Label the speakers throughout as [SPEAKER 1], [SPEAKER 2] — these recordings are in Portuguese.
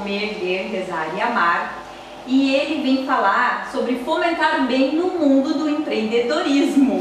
[SPEAKER 1] Comer, Ver, Rezar e Amar. E ele vem falar sobre fomentar o bem no mundo do empreendedorismo.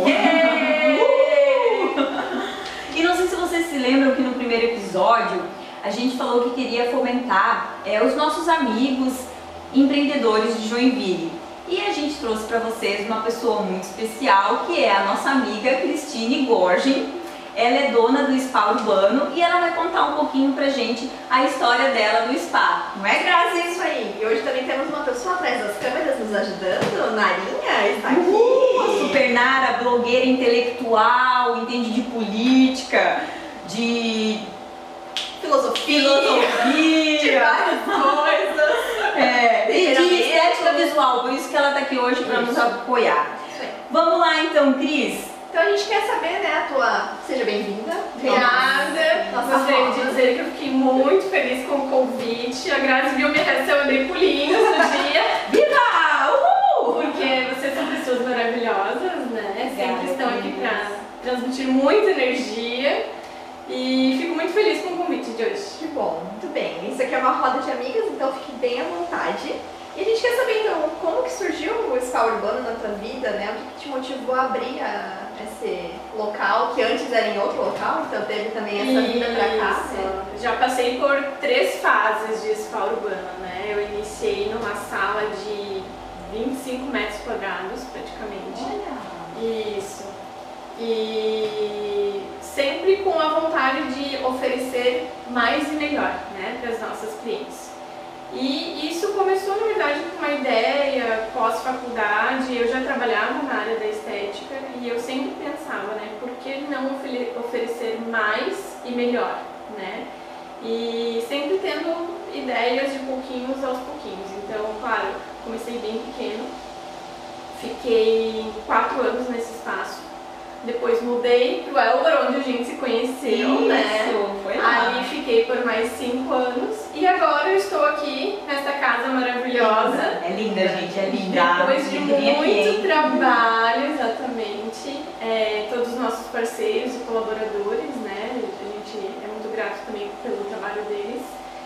[SPEAKER 1] E não sei se vocês se lembram que no primeiro episódio a gente falou que queria fomentar os nossos amigos empreendedores de Joinville. E a gente trouxe para vocês uma pessoa muito especial, que é a nossa amiga Cristine Gorgen. Ela é dona do Spa Urbano e ela vai contar um pouquinho pra gente a história dela no spa. Não é, Grazi?
[SPEAKER 2] É isso aí. E hoje também temos uma pessoa atrás das câmeras nos ajudando. Narinha está aqui.
[SPEAKER 1] A Super Nara, blogueira intelectual, entende de política, de
[SPEAKER 2] filosofia,
[SPEAKER 1] de
[SPEAKER 2] várias coisas.
[SPEAKER 1] E de estética visual, por isso que ela tá aqui hoje para nos apoiar. Vamos lá então, Cris.
[SPEAKER 2] Então a gente quer saber, né, a tua... Seja bem-vinda.
[SPEAKER 3] Obrigada. Gostaria de dizer que eu fiquei muito feliz com o convite. A Grazi viu minha reação, eu dei pulinhos no dia.
[SPEAKER 1] Viva! Uhul!
[SPEAKER 3] Porque vocês são pessoas maravilhosas, né? Sempre estão aqui para transmitir muita energia. E fico muito feliz com o convite de hoje.
[SPEAKER 2] Que bom, muito bem. Isso aqui é uma roda de amigas, então fique bem à vontade. E a gente quer saber, então, como que surgiu o Spa Urbano na tua vida, né? O que te motivou a abrir esse local, que antes era em outro local, então teve também essa vinda pra cá, né?
[SPEAKER 3] Já passei por 3 fases de Spa Urbano, né? Eu iniciei numa sala de 25 metros quadrados, praticamente.
[SPEAKER 2] Olha!
[SPEAKER 3] Isso. E sempre com a vontade de oferecer mais e melhor, né, para as nossas clientes. E isso começou, na verdade, com uma ideia pós-faculdade. Eu já trabalhava na área da estética e eu sempre pensava, né, por que não oferecer mais e melhor, né? E sempre tendo ideias de pouquinhos aos pouquinhos. Então, claro, comecei bem pequeno, fiquei 4 anos nesse espaço. Depois mudei pro Elber, onde a gente se conheceu, né?
[SPEAKER 1] Foi lá.
[SPEAKER 3] Ali fiquei por mais 5 anos e agora eu estou aqui nesta casa maravilhosa.
[SPEAKER 1] É linda, gente, é linda.
[SPEAKER 3] Depois de muito trabalho, exatamente. Todos os nossos parceiros e colaboradores, né? A gente é muito grato também pelo trabalho deles.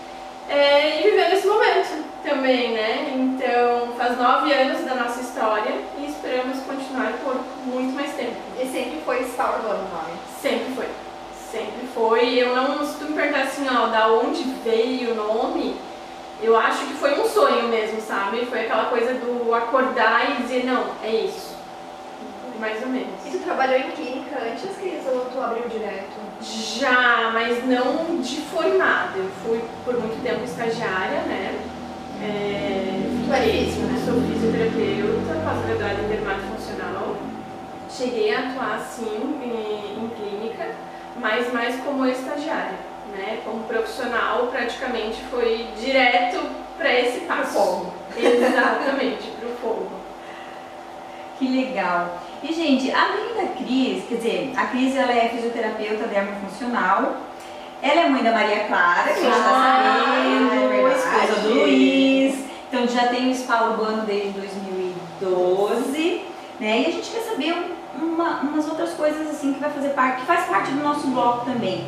[SPEAKER 3] E vivendo esse momento também, né? Então, faz 9 anos da nossa história e esperamos continuar por muito mais tempo.
[SPEAKER 2] E sempre foi Spa Urbano o nome?
[SPEAKER 3] Sempre foi. Sempre foi. Eu não, se tu me perguntar assim, ó, da onde veio o nome, eu acho que foi um sonho mesmo, sabe? Foi aquela coisa do acordar e dizer, não, é isso. Mais ou menos.
[SPEAKER 2] E tu trabalhou em clínica antes, Cris, ou tu abriu direto?
[SPEAKER 3] Já, mas não de formada. Eu fui por muito tempo estagiária, né?
[SPEAKER 2] Tu é físico, né?
[SPEAKER 3] Sou fisioterapeuta, pós-graduada em dermatofuncional. Cheguei a atuar, sim, em clínica, mas mais como estagiária, né? Como profissional, praticamente foi direto para esse passo.
[SPEAKER 2] Pro fogo.
[SPEAKER 3] Exatamente, pro fogo.
[SPEAKER 1] Que legal. E, gente, além da Cris, quer dizer, a Cris ela é fisioterapeuta dermofuncional, ela é mãe da Maria Clara, que a gente está sabendo, esposa do Luiz, então já tem o Spa Urbano desde 2012, né? E a gente quer saber umas outras coisas assim que vai fazer parte, que faz parte do nosso bloco também.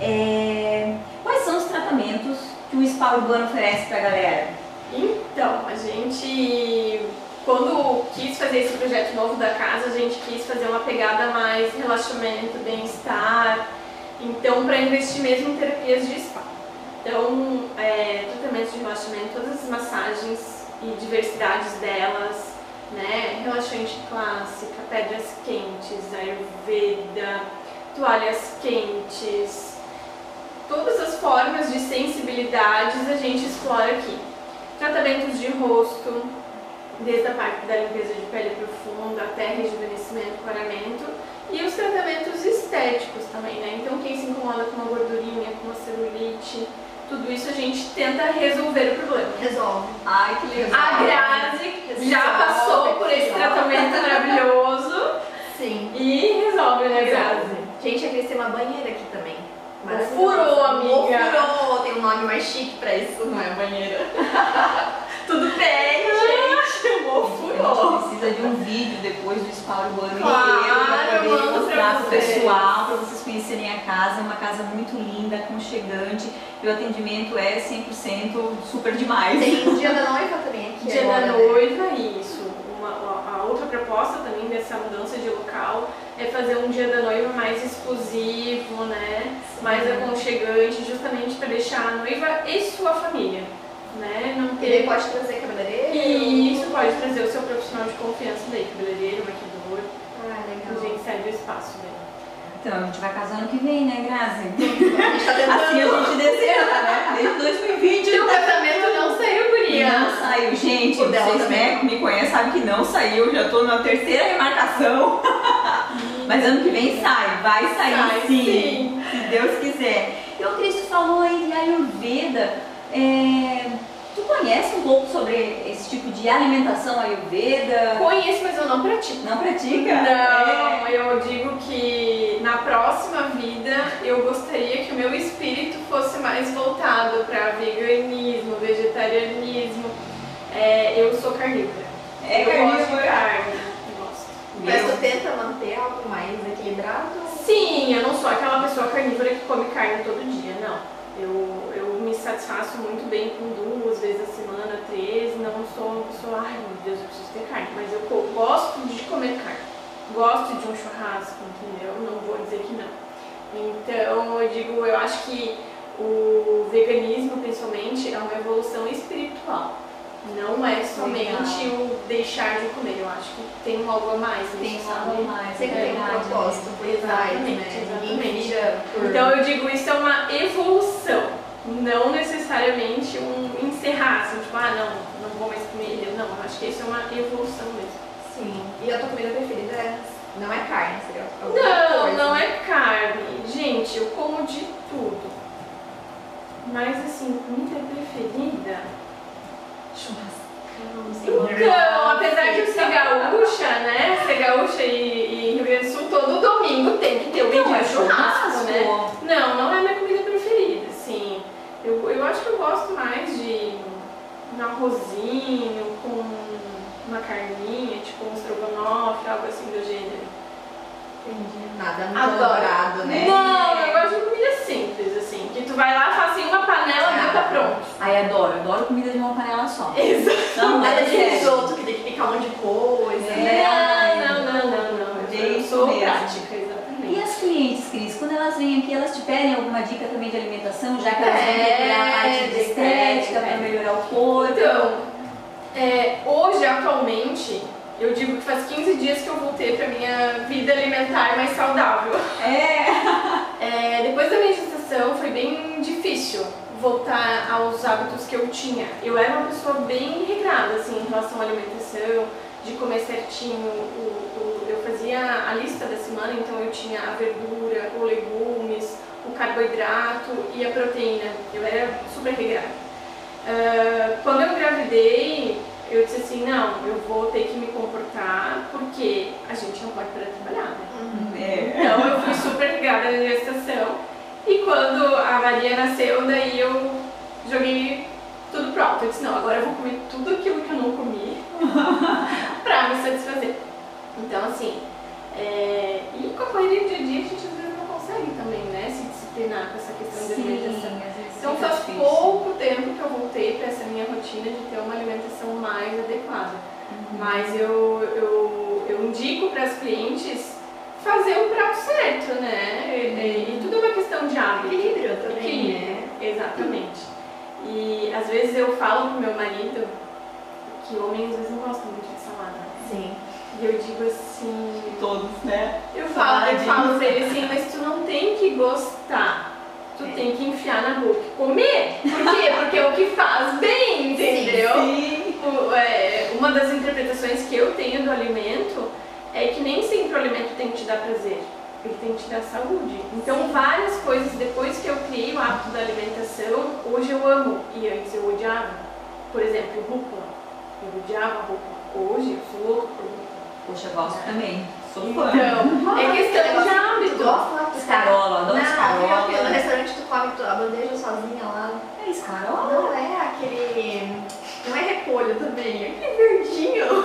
[SPEAKER 1] Quais são os tratamentos que o Spa Urbano oferece para a galera?
[SPEAKER 3] Então, a gente... Quando quis fazer esse projeto novo da casa, a gente quis fazer uma pegada mais relaxamento, bem-estar, então para investir mesmo em terapias de spa. Então, tratamentos de relaxamento, todas as massagens e diversidades delas, né? Relaxante clássica, pedras quentes, ayurveda, toalhas quentes, todas as formas de sensibilidades a gente explora aqui. Tratamentos de rosto, desde a parte da limpeza de pele profunda até rejuvenescimento, clareamento, e os tratamentos estéticos também, né? Então quem se incomoda com uma gordurinha, com uma celulite, tudo isso a gente tenta resolver o problema.
[SPEAKER 2] Resolve.
[SPEAKER 1] Ai, que legal.
[SPEAKER 3] A Grazi já passou por esse tratamento maravilhoso.
[SPEAKER 2] Sim.
[SPEAKER 3] E resolve, né, Grazi?
[SPEAKER 2] Gente, a Cris tem uma banheira aqui também.
[SPEAKER 3] Furou, amiga.
[SPEAKER 2] Furou, tem um nome mais chique pra isso, não é banheira. Tudo bem, gente.
[SPEAKER 1] A gente precisa de um vídeo depois do Spa Urbano
[SPEAKER 3] Claro,
[SPEAKER 1] pra poder
[SPEAKER 3] mando pra
[SPEAKER 1] mostrar pro
[SPEAKER 3] vocês.
[SPEAKER 1] pessoal, para vocês conhecerem a casa. É uma casa muito linda, aconchegante. E o atendimento é 100% super demais.
[SPEAKER 2] Tem o dia da noiva também aqui
[SPEAKER 3] Dia
[SPEAKER 2] agora,
[SPEAKER 3] da
[SPEAKER 2] né?
[SPEAKER 3] noiva, isso. A outra proposta também dessa mudança de local é fazer um dia da noiva mais exclusivo, né? Mais aconchegante, justamente para deixar a noiva e sua família, né? Não
[SPEAKER 2] E daí pode trazer cabeleireiro?
[SPEAKER 3] E isso pode trazer o seu profissional de confiança daí, cabeleireiro, maquiador,
[SPEAKER 2] Ah,
[SPEAKER 3] a
[SPEAKER 2] legal.
[SPEAKER 3] gente cede o espaço daí.
[SPEAKER 1] Então, a gente vai casar ano que vem, né, Grazi?
[SPEAKER 2] A gente tá tentando.
[SPEAKER 1] Assim a gente deseja, né? Desde 2020.
[SPEAKER 3] Teu casamento não saiu, guria!
[SPEAKER 1] Não saiu, gente.
[SPEAKER 2] O dela
[SPEAKER 1] Vocês
[SPEAKER 2] também.
[SPEAKER 1] me conhecem, sabem que não saiu. Já tô na terceira remarcação. Mas ano que vem sai, vai sair
[SPEAKER 3] Sai,
[SPEAKER 1] sim, se Deus quiser. E o Cristo falou aí de Ayurveda. Tu conhece um pouco sobre esse tipo de alimentação Ayurveda?
[SPEAKER 3] Conheço, mas eu não pratico.
[SPEAKER 1] Não pratica?
[SPEAKER 3] Não, eu digo que na próxima vida eu gostaria que o meu espírito fosse mais voltado para veganismo, vegetarianismo. Eu sou carnívora. Eu gosto de carne. Gosto.
[SPEAKER 2] Mas tu tenta manter algo mais equilibrado?
[SPEAKER 3] Sim, eu não sou aquela pessoa carnívora que come carne todo dia, não. Eu me satisfaço muito bem com 2 vezes a semana, 3, não sou uma pessoa, ai meu Deus, eu preciso ter carne, mas eu gosto de comer carne, gosto de um churrasco, entendeu? Não vou dizer que não. Então, eu acho que o veganismo, principalmente, é uma evolução espiritual. Não é somente o deixar de comer, eu acho que tem algo a mais
[SPEAKER 1] Tem
[SPEAKER 3] nisso,
[SPEAKER 1] algo a
[SPEAKER 3] sabe?
[SPEAKER 1] mais,
[SPEAKER 2] Sempre
[SPEAKER 1] é
[SPEAKER 2] tem um
[SPEAKER 1] verdade,
[SPEAKER 2] propósito
[SPEAKER 1] né?
[SPEAKER 2] por trás,
[SPEAKER 3] Exatamente,
[SPEAKER 2] né? Ninguém
[SPEAKER 3] exatamente.
[SPEAKER 2] vira por...
[SPEAKER 3] Então eu digo, isso é uma evolução, não necessariamente um encerrar, assim, tipo, não vou mais comer, não, eu acho que isso é uma evolução mesmo.
[SPEAKER 2] Sim. E a tua comida preferida não é carne, seria alguma coisa?
[SPEAKER 3] Não é carne. Gente, eu como de tudo. Mas assim, comida preferida... Então, apesar de eu ser gaúcha, né? Ser gaúcha e Rio Grande do Sul, todo domingo tem que ter o bendito churrasco, né? Não é minha comida preferida, assim. Eu acho que eu gosto mais de um arrozinho com uma carninha, tipo um estrogonofe, algo assim do gênero.
[SPEAKER 2] Entendi. Nada muito
[SPEAKER 3] Adoro.
[SPEAKER 2] elaborado, né?
[SPEAKER 3] Não, eu gosto de comida simples, assim. Que tu vai lá, faz em uma panela e tá pronto.
[SPEAKER 1] Ai, adoro comida de uma panela só.
[SPEAKER 3] Exato.
[SPEAKER 1] Não,
[SPEAKER 2] Nada
[SPEAKER 1] mas
[SPEAKER 2] de
[SPEAKER 1] é sério.
[SPEAKER 2] risoto que tem que picar um monte de coisa, né?
[SPEAKER 3] Não. Eu sou
[SPEAKER 1] mesmo.
[SPEAKER 3] prática,
[SPEAKER 1] E
[SPEAKER 3] exatamente.
[SPEAKER 1] as clientes, Cris, quando elas vêm aqui, elas te pedem alguma dica também de alimentação, já que elas vêm procurar a parte de estética para melhorar o corpo?
[SPEAKER 3] Então, hoje, atualmente, eu digo que faz 15 dias que eu voltei pra minha vida alimentar mais saudável. Depois da minha gestação foi bem difícil voltar aos hábitos que eu tinha. Eu era uma pessoa bem regrada, assim, em relação à alimentação, de comer certinho. Eu fazia a lista da semana, então eu tinha a verdura, os legumes, o carboidrato e a proteína. Eu era super regrada. Quando eu engravidei, eu disse assim, não, eu vou ter que me comportar porque a gente não pode parar de trabalhar, né? Então eu fui super ligada na gestação e quando a Maria nasceu, daí eu joguei tudo pro alto. Eu disse, não, agora eu vou comer tudo aquilo que eu não comi pra me satisfazer. Então assim, e com a correria do dia a dia a gente às vezes não consegue também, né, se disciplinar com essa questão de alimentação. Então faz pouco tempo que eu voltei para essa minha rotina de ter uma alimentação mais adequada. Mas eu indico para as clientes fazer o prato certo, né? E tudo é uma questão de hábito.
[SPEAKER 2] Equilíbrio também,
[SPEAKER 3] Equilíbrio,
[SPEAKER 2] né?
[SPEAKER 3] exatamente. E às vezes eu falo pro meu marido que homens às vezes não gostam muito de salada.
[SPEAKER 2] Sim.
[SPEAKER 3] E eu digo assim...
[SPEAKER 1] Todos, né?
[SPEAKER 3] Eu falo pra ele assim, mas tu não tem que gostar. Tu tem que enfiar na boca e comer. Por quê? Porque é o que faz bem, entendeu?
[SPEAKER 1] Sim.
[SPEAKER 3] Uma das interpretações que eu tenho do alimento é que nem sempre o alimento tem que te dar prazer. Ele tem que te dar saúde. Então, várias coisas, depois que eu criei o hábito da alimentação, hoje eu amo. E antes eu odiava. Por exemplo, rúcula. Eu odiava rúcula. Hoje eu sou louca por rúcula.
[SPEAKER 1] Poxa, eu gosto também. Sou fã.
[SPEAKER 3] Então, é questão de
[SPEAKER 2] Tu
[SPEAKER 3] hábito.
[SPEAKER 2] gosta lá?
[SPEAKER 1] Escarola, adoro escarola.
[SPEAKER 2] Não, no restaurante tu come a bandeja sozinha lá.
[SPEAKER 1] É escarola?
[SPEAKER 2] Não é aquele... Não é repolho também, é aquele verdinho.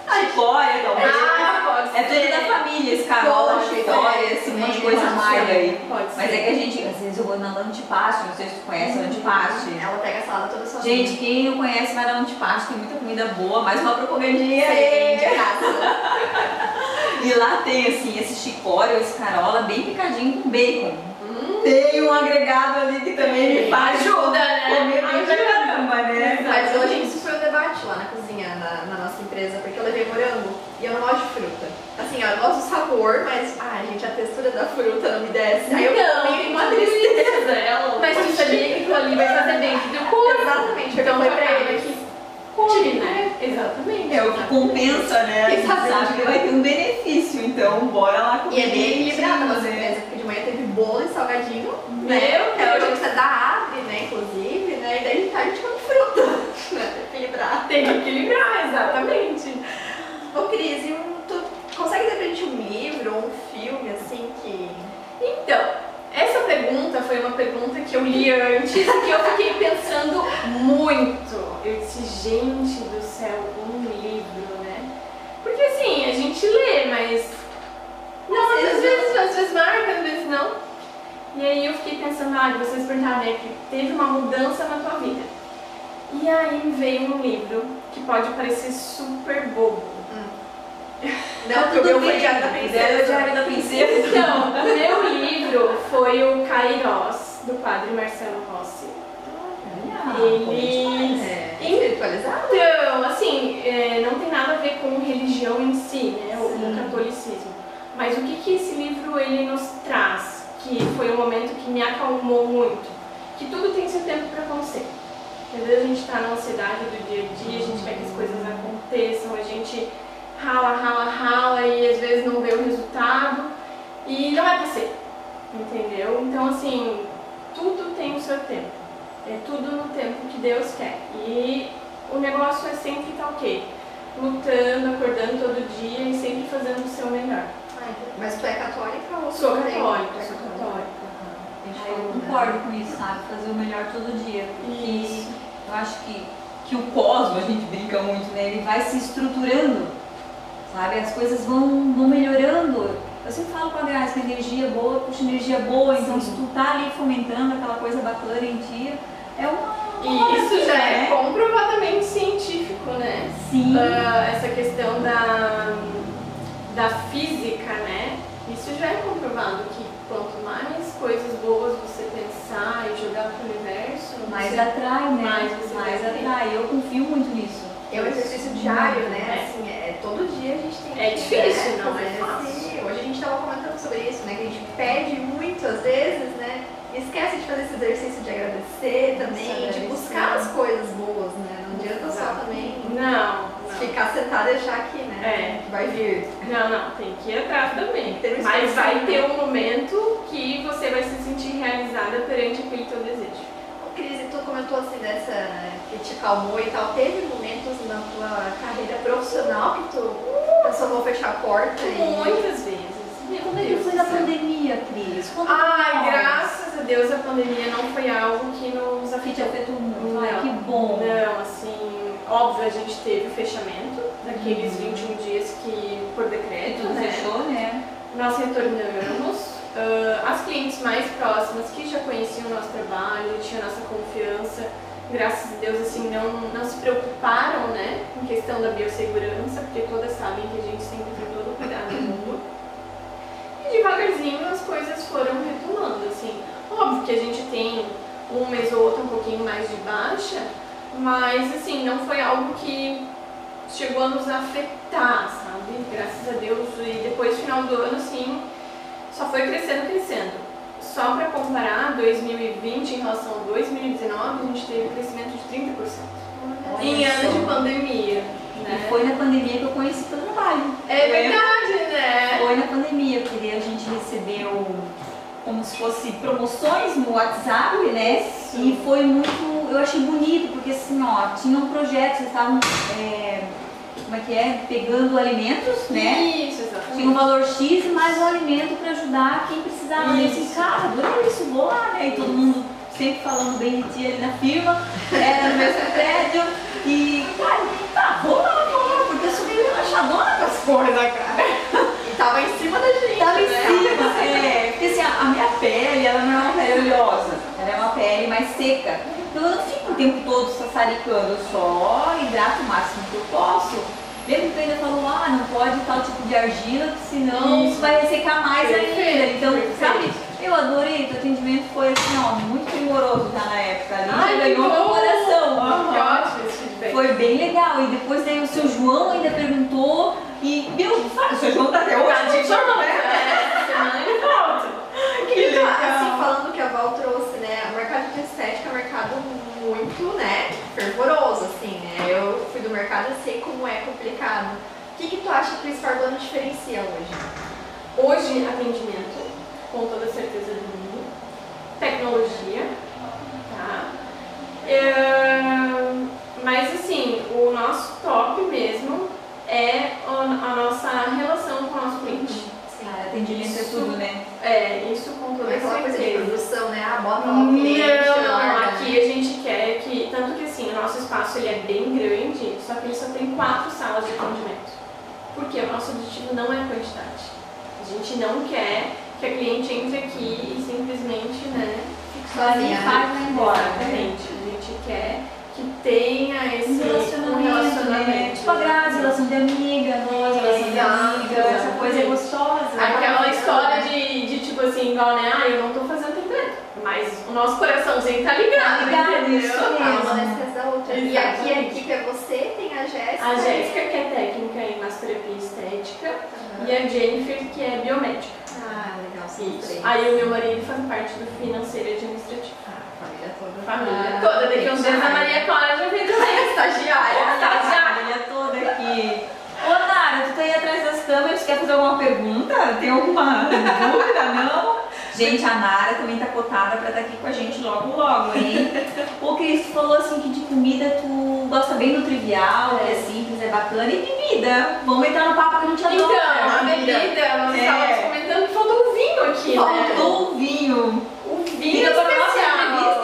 [SPEAKER 1] chicória, talvez.
[SPEAKER 3] Pode
[SPEAKER 1] É tudo da família, escarola, chicória, esse monte de coisa amarga aí.
[SPEAKER 3] Pode ser.
[SPEAKER 1] Mas é que a gente, às vezes eu vou na antipasto, não sei se tu conhece a antipasto.
[SPEAKER 2] Ela pega a salada toda sozinha.
[SPEAKER 1] Gente, quem não conhece vai na antipasto, tem muita comida boa, mais uma propagandinha
[SPEAKER 2] Gente,
[SPEAKER 1] aí.
[SPEAKER 2] a casa.
[SPEAKER 1] E lá tem assim, esse chicória ou escarola bem picadinho com bacon. Tem um agregado ali que também me faz
[SPEAKER 3] Ajuda, né?
[SPEAKER 1] comer bem pra caramba, né?
[SPEAKER 2] Mas hoje isso foi um debate lá na cozinha, na nossa empresa, porque eu levei morango e eu não gosto de fruta. Assim, ó, eu gosto do sabor, mas, gente, a textura da fruta não me desce. Aí eu comi uma tristeza.
[SPEAKER 3] Mas tu sabia que aquilo ali vai fazer bem pro teu corpo?
[SPEAKER 2] Exatamente, porque
[SPEAKER 3] Então
[SPEAKER 2] foi
[SPEAKER 3] foi
[SPEAKER 2] pra
[SPEAKER 3] pra
[SPEAKER 2] ele
[SPEAKER 3] ele
[SPEAKER 2] que
[SPEAKER 3] que come, né? Exatamente.
[SPEAKER 1] É o que compensa, né? A gente sabe que vai ter um benefício, então bora lá comer.
[SPEAKER 2] E é bem equilibrado a nossa
[SPEAKER 1] né?
[SPEAKER 2] empresa, porque de manhã teve bolo e salgadinho.
[SPEAKER 3] Meu
[SPEAKER 2] Né? É
[SPEAKER 3] Deus.
[SPEAKER 2] hoje você dá abre, né? Inclusive, né? E daí de tarde a gente come fruta. Né? Equilibrar.
[SPEAKER 3] Tem que equilibrar, exatamente.
[SPEAKER 2] Ô Cris, tu consegue dar pra gente um livro ou um filme assim que.
[SPEAKER 3] Então, essa pergunta foi uma pergunta que eu li antes e que eu fiquei pensando muito. Eu disse, gente do céu, um livro, né? Porque assim, a gente lê, mas não, às vezes marca, às vezes não. E aí eu fiquei pensando, vocês perguntaram, né, que teve uma mudança na tua vida. E aí me veio um livro que pode parecer super bobo.
[SPEAKER 2] Não, porque o meu foi Diário da Princesa.
[SPEAKER 1] Diário da Princesa.
[SPEAKER 3] Então, o meu livro foi o Kairos, do padre Marcelo Rossi. Ele...
[SPEAKER 2] Espiritualizado?
[SPEAKER 3] Então, assim, não tem nada a ver com religião em si, né, ou com catolicismo. Mas o que esse livro ele nos traz, que foi um momento que me acalmou muito, que tudo tem seu tempo para acontecer. Às vezes a gente está na ansiedade do dia a dia, a gente quer que as coisas aconteçam, a gente rala e às vezes não vê o resultado e não é pra ser, entendeu? Então assim, tudo tem o seu tempo, é tudo no tempo que Deus quer e o negócio é sempre estar lutando, acordando todo dia e sempre fazendo o seu melhor.
[SPEAKER 2] Mas tu é católica ou
[SPEAKER 3] Sou
[SPEAKER 2] tem?
[SPEAKER 3] católica, sou católica.
[SPEAKER 1] Eu concordo com isso, sabe? Fazer o melhor todo dia. Porque
[SPEAKER 3] Isso.
[SPEAKER 1] eu acho que o cosmos, a gente brinca muito, né? Ele vai se estruturando, sabe? As coisas vão melhorando. Eu sempre falo com a Graça, que energia boa puxa energia boa, então se tu tá ali fomentando aquela coisa bacana em ti, é uma
[SPEAKER 3] E isso já é
[SPEAKER 1] né?
[SPEAKER 3] comprovadamente científico, né?
[SPEAKER 1] Sim.
[SPEAKER 3] Essa questão da física, né? Isso já é comprovado que quanto mais coisas boas você pensar e jogar pro universo,
[SPEAKER 1] Mais
[SPEAKER 3] você-
[SPEAKER 1] atrai, né?
[SPEAKER 3] mais você vai ter.
[SPEAKER 1] atrai. Eu confio muito nisso.
[SPEAKER 2] É um exercício diário, né?
[SPEAKER 3] É.
[SPEAKER 2] Assim, todo dia a gente tem que
[SPEAKER 3] É difícil, não é
[SPEAKER 2] fazer
[SPEAKER 3] fácil.
[SPEAKER 2] Hoje a gente estava comentando sobre isso, né? Que a gente pede muito às vezes, né? E esquece de fazer esse exercício de agradecer também, de
[SPEAKER 3] agradecer.
[SPEAKER 2] buscar as coisas boas, né? Não adianta só
[SPEAKER 3] Exato.
[SPEAKER 2] também
[SPEAKER 3] Não.
[SPEAKER 2] ficar sentado e achar que, né? Que vai vir.
[SPEAKER 3] Não, tem que ir atrás também.
[SPEAKER 2] Tem um
[SPEAKER 3] Mas
[SPEAKER 2] esforço,
[SPEAKER 3] vai
[SPEAKER 2] né?
[SPEAKER 3] ter um momento que você vai se sentir realizada perante aquele teu desejo.
[SPEAKER 2] Ô, Cris, e tu comentou assim dessa que te calmou e tal. Teve momentos na tua carreira profissional que tu pensou, vou fechar a porta e...
[SPEAKER 3] Muitas vezes.
[SPEAKER 1] E como é que foi na pandemia, Cris? Conta pra
[SPEAKER 3] Ai,
[SPEAKER 1] nós.
[SPEAKER 3] graças a Deus a pandemia não foi algo que nos
[SPEAKER 1] Que te
[SPEAKER 3] afetou.
[SPEAKER 1] afetou muito. Ai,
[SPEAKER 3] Não.
[SPEAKER 1] que bom.
[SPEAKER 3] Não, assim, óbvio a gente teve o fechamento daqueles 21 dias que por decreto,
[SPEAKER 1] Tu
[SPEAKER 3] né?
[SPEAKER 1] fechou, né?
[SPEAKER 3] Nós retornamos. As clientes mais próximas que já conheciam o nosso trabalho, tinham a nossa confiança, graças a Deus, assim, não se preocuparam, né, em questão da biossegurança, porque todas sabem que a gente sempre tem todo o cuidado do mundo. E devagarzinho as coisas foram retomando, assim. Óbvio que a gente tem um mês ou outro um pouquinho mais de baixa, mas, assim, não foi algo que chegou a nos afetar, sabe? Graças a Deus. E depois, final do ano, assim, só foi crescendo. Só para comparar, 2020 em relação a 2019, a gente teve um crescimento de 30%. Em
[SPEAKER 1] Olha
[SPEAKER 3] ano
[SPEAKER 1] só.
[SPEAKER 3] de pandemia, né?
[SPEAKER 1] E foi na pandemia que eu conheci teu trabalho.
[SPEAKER 3] É verdade, né?
[SPEAKER 1] Foi na pandemia, porque a gente recebeu como se fosse promoções no WhatsApp, né?
[SPEAKER 3] Isso.
[SPEAKER 1] E foi muito, eu achei bonito, porque assim, ó, tinham projetos, eles estavam, como é que é? Pegando alimentos, né?
[SPEAKER 3] Isso, exatamente.
[SPEAKER 1] Tinha um valor X e mais um alimento para ajudar quem precisava. E assim,
[SPEAKER 3] Isso.
[SPEAKER 1] cara, adorei isso, vou lá, né? E todo mundo sempre falando bem de ti ali na firma, no mesmo prédio. E, cara, tá, vou lá, porque eu sou meio relaxada. mais seca. Então eu não fico o tempo todo sassaricando, eu só hidrato o máximo que eu posso. Lembra que tu ainda falou, não pode tal tipo de argila, senão isso vai ressecar mais ainda. Então, sabe, eu adorei, o atendimento foi assim, muito primoroso já na época. Ali já ganhou meu coração.
[SPEAKER 3] Que ótimo esse feedback.
[SPEAKER 1] Foi bem legal. E depois daí o seu João ainda perguntou e, o seu João tá até hoje.
[SPEAKER 3] Semana ele volta.
[SPEAKER 2] Que legal. Assim, falando que a Val trouxe, né, o mercado de estética é um mercado muito, né, fervoroso, assim, né, eu fui do mercado e sei como é complicado. O que tu acha que o Spa Urbano diferencia hoje?
[SPEAKER 3] Hoje, atendimento, com toda a certeza do mundo, tecnologia, tá? Mas assim, o nosso top mesmo é a nossa relação com o nosso cliente.
[SPEAKER 1] Atendimento é tudo, né?
[SPEAKER 3] Isso com toda
[SPEAKER 2] Aquela coisa de
[SPEAKER 3] certeza.
[SPEAKER 2] produção, né? Bota lá o cliente.
[SPEAKER 3] Não, aqui a gente quer que, tanto que assim, o nosso espaço ele é bem grande, só que ele só tem 4 salas de atendimento. Porque o nosso objetivo não é a quantidade. A gente não quer que a cliente entre aqui e simplesmente, né,
[SPEAKER 1] fique sozinha, faz e vai embora.
[SPEAKER 3] Exatamente. A gente quer que tenha esse
[SPEAKER 1] relacionamento. Né? Tipo a Grazi, relação de amiga, nós, relação de amiga, essa coisa é gostosa.
[SPEAKER 3] Aquela história de tipo assim, igual, né? Eu não tô fazendo atendimento, mas o nosso coraçãozinho tá ligado,
[SPEAKER 1] isso mesmo.
[SPEAKER 2] Uma necessita da outra. E aqui a equipe é você, tem a Jéssica.
[SPEAKER 3] A Jéssica, que é técnica em massoterapia estética, e a Jennifer, que é biomédica.
[SPEAKER 2] Legal,
[SPEAKER 3] isso. Aí o meu marido faz parte do financeiro e administrativo.
[SPEAKER 2] Família toda.
[SPEAKER 3] Família toda. Daqui uns dias a Maria Clara já vem também.
[SPEAKER 2] Estagiária.
[SPEAKER 1] Família toda aqui. Ô Nara, tu tá aí atrás das câmeras, quer fazer alguma pergunta? Tem alguma dúvida? Não? Gente, a Nara também tá cotada pra estar aqui com a gente logo, hein? O Cris, tu falou assim que de comida tu gosta bem do trivial, que é simples, é bacana. E bebida? Vamos entrar no papo que a gente adora.
[SPEAKER 3] Então, a bebida, nós estávamos comentando que faltou o vinho aqui, né?
[SPEAKER 1] Faltou o vinho.
[SPEAKER 3] O vinho especial.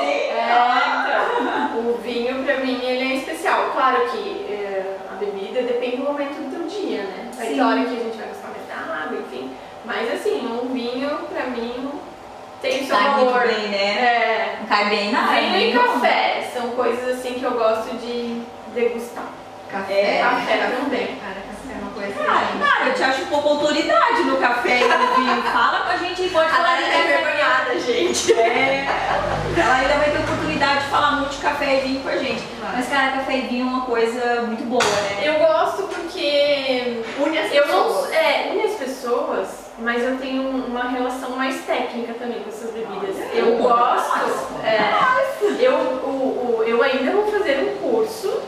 [SPEAKER 3] Então, o vinho pra mim ele é especial. Claro que a bebida depende do momento do teu dia, né? Vai ter hora que a gente vai gostar mais da água, enfim. Mas assim, um vinho pra mim tem o seu valor.
[SPEAKER 1] Muito bem, né?
[SPEAKER 3] Cai bem na vinho e café são coisas assim que eu gosto de degustar.
[SPEAKER 2] Café
[SPEAKER 3] também.
[SPEAKER 2] Cara, café é uma coisa
[SPEAKER 1] Cara, eu te acho um pouco autoridade no café e no vinho. Fala com a gente, pode falar.
[SPEAKER 2] A Nara é vergonhada, gente.
[SPEAKER 1] Ela ainda vai ter oportunidade de falar muito de café e vinho com a gente. Mas, cara, café e vinho é uma coisa muito boa, né?
[SPEAKER 3] Eu gosto porque
[SPEAKER 2] une as pessoas.
[SPEAKER 3] Une as pessoas, mas eu tenho uma relação mais técnica também com essas bebidas. Eu gosto. Eu ainda vou fazer um curso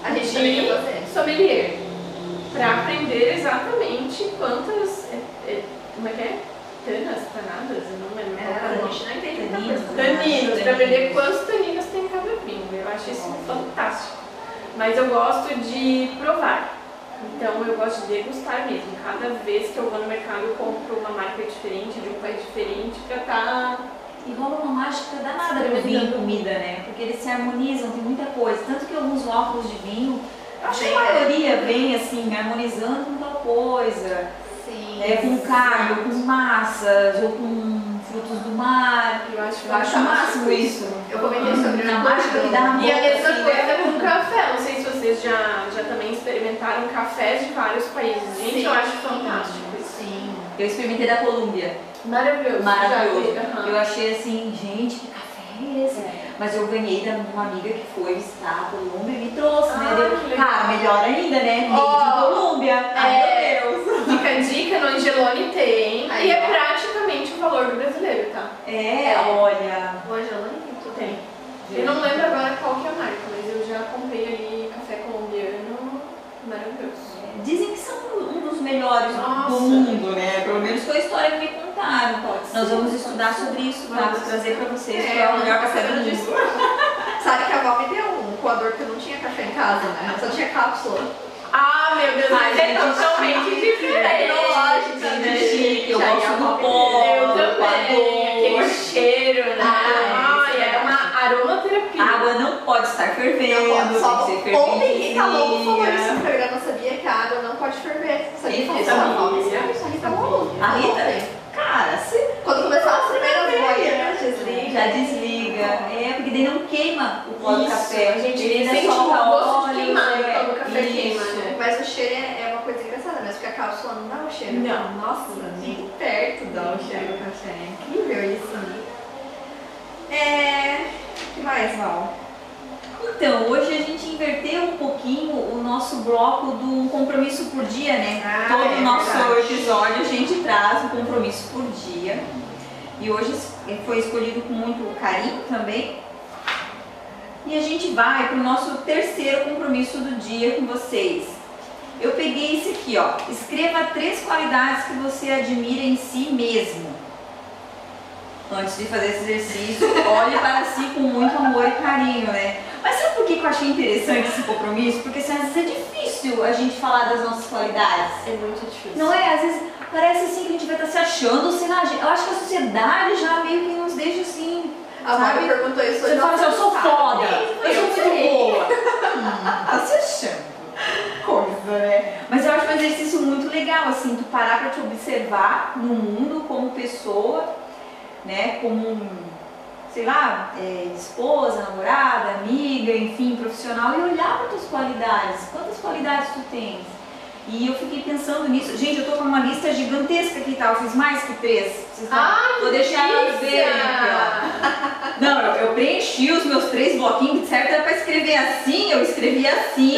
[SPEAKER 3] de sommelier para aprender exatamente quantas. Como é que é? Tanadas? Eu não lembro.
[SPEAKER 2] A gente não entende
[SPEAKER 3] Taninos, para aprender quantos taninos tem em cada vinho. Eu acho isso fantástico. Mas eu gosto de provar. Então eu gosto de degustar mesmo. Cada vez que eu vou no mercado eu compro uma marca diferente, de um país diferente, para estar.
[SPEAKER 1] E rola uma mágica danada no vinho e comida, né? Porque eles se harmonizam, tem muita coisa. Tanto que alguns óculos de vinho, acho que a maioria vem assim, harmonizando com tal coisa.
[SPEAKER 2] Sim.
[SPEAKER 1] Com carne, ou com massas, ou com frutos do mar.
[SPEAKER 3] Eu acho
[SPEAKER 1] o máximo isso.
[SPEAKER 2] Eu comentei sobre
[SPEAKER 1] a mágica que dá na boca.
[SPEAKER 3] E a mesma
[SPEAKER 1] assim,
[SPEAKER 3] coisa com café. Não sei se vocês já também experimentaram cafés de vários países. Gente,
[SPEAKER 2] Sim.
[SPEAKER 3] eu acho fantástico.
[SPEAKER 2] Sim.
[SPEAKER 1] Eu experimentei da Colômbia.
[SPEAKER 3] Maravilhoso.
[SPEAKER 1] Maravilhoso.
[SPEAKER 3] Já vi,
[SPEAKER 1] Eu achei assim, gente, que café é esse? Mas eu ganhei da uma amiga que foi visitar a Colômbia e me trouxe, né?
[SPEAKER 3] Que legal.
[SPEAKER 1] Cara, melhor ainda, né? De Colômbia. Ai, meu Deus.
[SPEAKER 3] Fica a dica, no Angelone tem.
[SPEAKER 2] Aí,
[SPEAKER 3] e é praticamente o valor do brasileiro, tá?
[SPEAKER 1] Olha.
[SPEAKER 2] O Angelone tem tudo.
[SPEAKER 3] Tem. Eu não lembro agora qual que é a marca, mas eu já comprei ali café colombiano maravilhoso.
[SPEAKER 1] Dizem que são um dos melhores
[SPEAKER 3] Nossa.
[SPEAKER 1] do mundo, né? Pelo menos foi a história que me contaram. Nós vamos estudar sobre isso, tá? Vou trazer pra vocês qual é o melhor café do mundo.
[SPEAKER 2] Sabe que a Val me deu um coador que eu não tinha café em casa, né? Só tinha cápsula.
[SPEAKER 3] Ah, meu Deus, mas é totalmente diferente.
[SPEAKER 2] Tecnológica,
[SPEAKER 1] né? Chique, eu gosto do pó.
[SPEAKER 3] Eu também, aquele cheiro, né? É uma aromaterapia.
[SPEAKER 1] A água não pode estar fervendo, tem que ser fervendo.
[SPEAKER 2] Ontem Rita Lobo falou isso no programa, eu sabia que a água não pode ferver. Sabia que isso? A Rita Lobo.
[SPEAKER 1] A Rita? Cara, se...
[SPEAKER 2] Quando começar as primeiras boias, desliga.
[SPEAKER 1] Já desliga. Porque queima o pó do
[SPEAKER 3] Isso,
[SPEAKER 1] café.
[SPEAKER 3] a gente
[SPEAKER 1] ele
[SPEAKER 3] sente
[SPEAKER 1] ainda
[SPEAKER 3] o
[SPEAKER 1] solta
[SPEAKER 3] gosto de
[SPEAKER 1] óleo,
[SPEAKER 3] queimado quando o café
[SPEAKER 1] isso.
[SPEAKER 3] queima, né?
[SPEAKER 2] Mas o cheiro é uma coisa engraçada mesmo, porque a cápsula não dá o cheiro.
[SPEAKER 3] Não.
[SPEAKER 2] Nossa, nem perto dá o cheiro do café. É incrível isso, né? O que mais, Val?
[SPEAKER 1] Então, hoje a gente inverteu um pouquinho o nosso bloco do compromisso por dia, né? Todo o nosso episódio a gente traz um compromisso por dia. E hoje foi escolhido com muito carinho também. E a gente vai para o nosso terceiro compromisso do dia com vocês. Eu peguei esse aqui, ó. Escreva 3 qualidades que você admira em si mesmo. Antes de fazer esse exercício, olhe para si com muito amor e carinho, né? Mas sabe por que eu achei interessante esse compromisso? Porque assim, às vezes é difícil a gente falar das nossas qualidades.
[SPEAKER 3] É muito difícil.
[SPEAKER 1] Não é? Às vezes parece assim que a gente vai estar se achando, sei lá, eu acho que a sociedade já meio que nos deixa assim,
[SPEAKER 2] A Val perguntou isso hoje.
[SPEAKER 1] você fala assim, eu sou foda, eu sou muito
[SPEAKER 2] sei.
[SPEAKER 1] boa. Tá se achando. Coisa, né? Mas eu acho um exercício muito legal, assim, tu parar pra te observar no mundo como pessoa, né? Como, sei lá, esposa, namorada, amiga, enfim, profissional, e olhar para tuas qualidades. Quantas qualidades tu tens? E eu fiquei pensando nisso. Gente, eu tô com uma lista gigantesca aqui, tá? Eu fiz mais que 3. Vou deixar elas verem aqui, ó. Não, eu preenchi os meus 3 bloquinhos, certo? Era pra escrever assim, eu escrevi assim.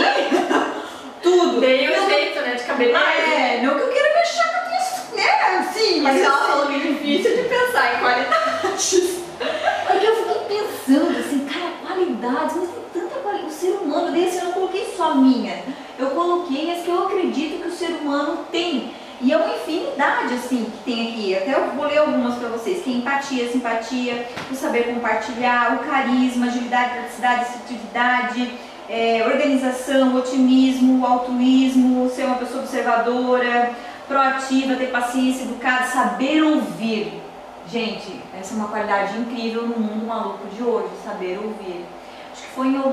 [SPEAKER 1] Tudo.
[SPEAKER 3] Dei o jeito, né, de cabeleireiro.
[SPEAKER 1] Não que eu queira me achar que eu tenho isso, né? Assim,
[SPEAKER 2] Mas
[SPEAKER 1] mas
[SPEAKER 2] ela
[SPEAKER 1] assim,
[SPEAKER 2] falou que é difícil de pensar em qualidades.
[SPEAKER 1] é que eu fiquei pensando assim, cara, qualidades, mas tem tanta qualidade. O ser humano, desse eu não coloquei só minha. Eu coloquei as que eu acredito que o ser humano tem. E é uma infinidade, assim, que tem aqui. Até eu vou ler algumas pra vocês. Que é empatia, simpatia, o saber compartilhar, o carisma, agilidade, praticidade, assertividade, organização, otimismo, altruísmo, ser uma pessoa observadora, proativa, ter paciência, educada, saber ouvir. Gente, essa é uma qualidade incrível no mundo maluco de hoje, saber ouvir. Acho que foi em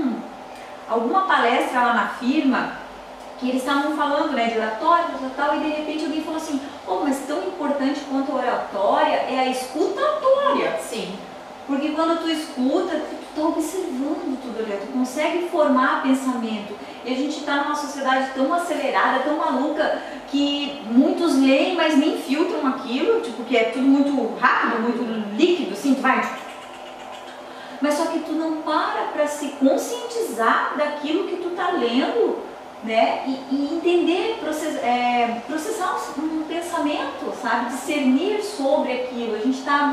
[SPEAKER 1] alguma palestra lá na firma que eles estavam falando, né, de oratória e tal, e de repente alguém falou assim, mas tão importante quanto a oratória é a escutatória.
[SPEAKER 2] Sim.
[SPEAKER 1] Porque quando tu escuta, tu tá observando tudo ali, tu consegue formar pensamento. E a gente está numa sociedade tão acelerada, tão maluca, que muitos leem, mas nem filtram aquilo, tipo, que é tudo muito rápido, muito líquido, assim, tu vai... Mas só que tu não para se conscientizar daquilo que tu tá lendo, né? E entender, processar um pensamento, sabe? Discernir sobre aquilo. A gente está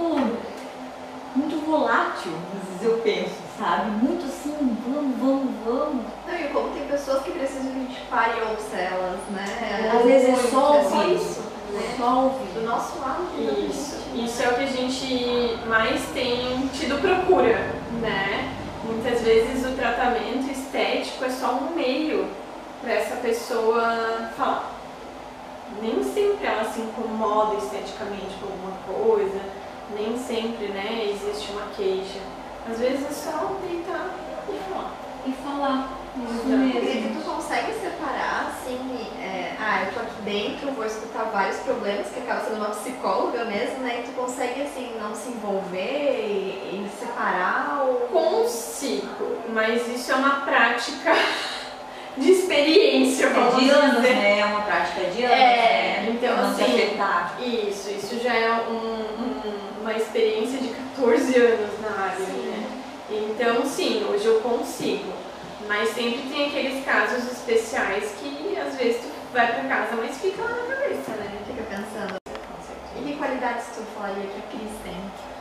[SPEAKER 1] muito volátil, às vezes eu penso, sabe? Muito assim, vamos.
[SPEAKER 2] Não, e como tem pessoas que precisam que a gente pare e ouça elas, né?
[SPEAKER 1] Às vezes é só
[SPEAKER 2] ouvir.
[SPEAKER 1] isso,
[SPEAKER 2] né?
[SPEAKER 1] só ouvir.
[SPEAKER 2] Do nosso lado.
[SPEAKER 3] Isso é o que a gente mais tem tido procura, né? Muitas vezes o tratamento estético é só um meio para essa pessoa falar. Nem sempre ela se incomoda esteticamente com alguma coisa, nem sempre, né, existe uma queixa. Às vezes é só deitar e falar. Isso mesmo.
[SPEAKER 2] E tu consegue separar, assim, eu tô aqui dentro, vou escutar vários problemas, que acaba sendo uma psicóloga mesmo, né? E tu consegue, assim, não se envolver e separar ou...
[SPEAKER 3] Consigo, mas isso é uma prática de experiência, vamos
[SPEAKER 1] De anos,
[SPEAKER 3] dizer.
[SPEAKER 1] né? É uma prática de anos, né?
[SPEAKER 3] Então
[SPEAKER 1] não se
[SPEAKER 3] assim,
[SPEAKER 1] afetar.
[SPEAKER 3] isso já é uma experiência de 14 anos na área, né? Então sim, hoje eu consigo, mas sempre tem aqueles casos especiais que às vezes tu vai pra casa, mas fica lá na cabeça, né?
[SPEAKER 2] Fica pensando. E que qualidades tu falaria que a Cris tem?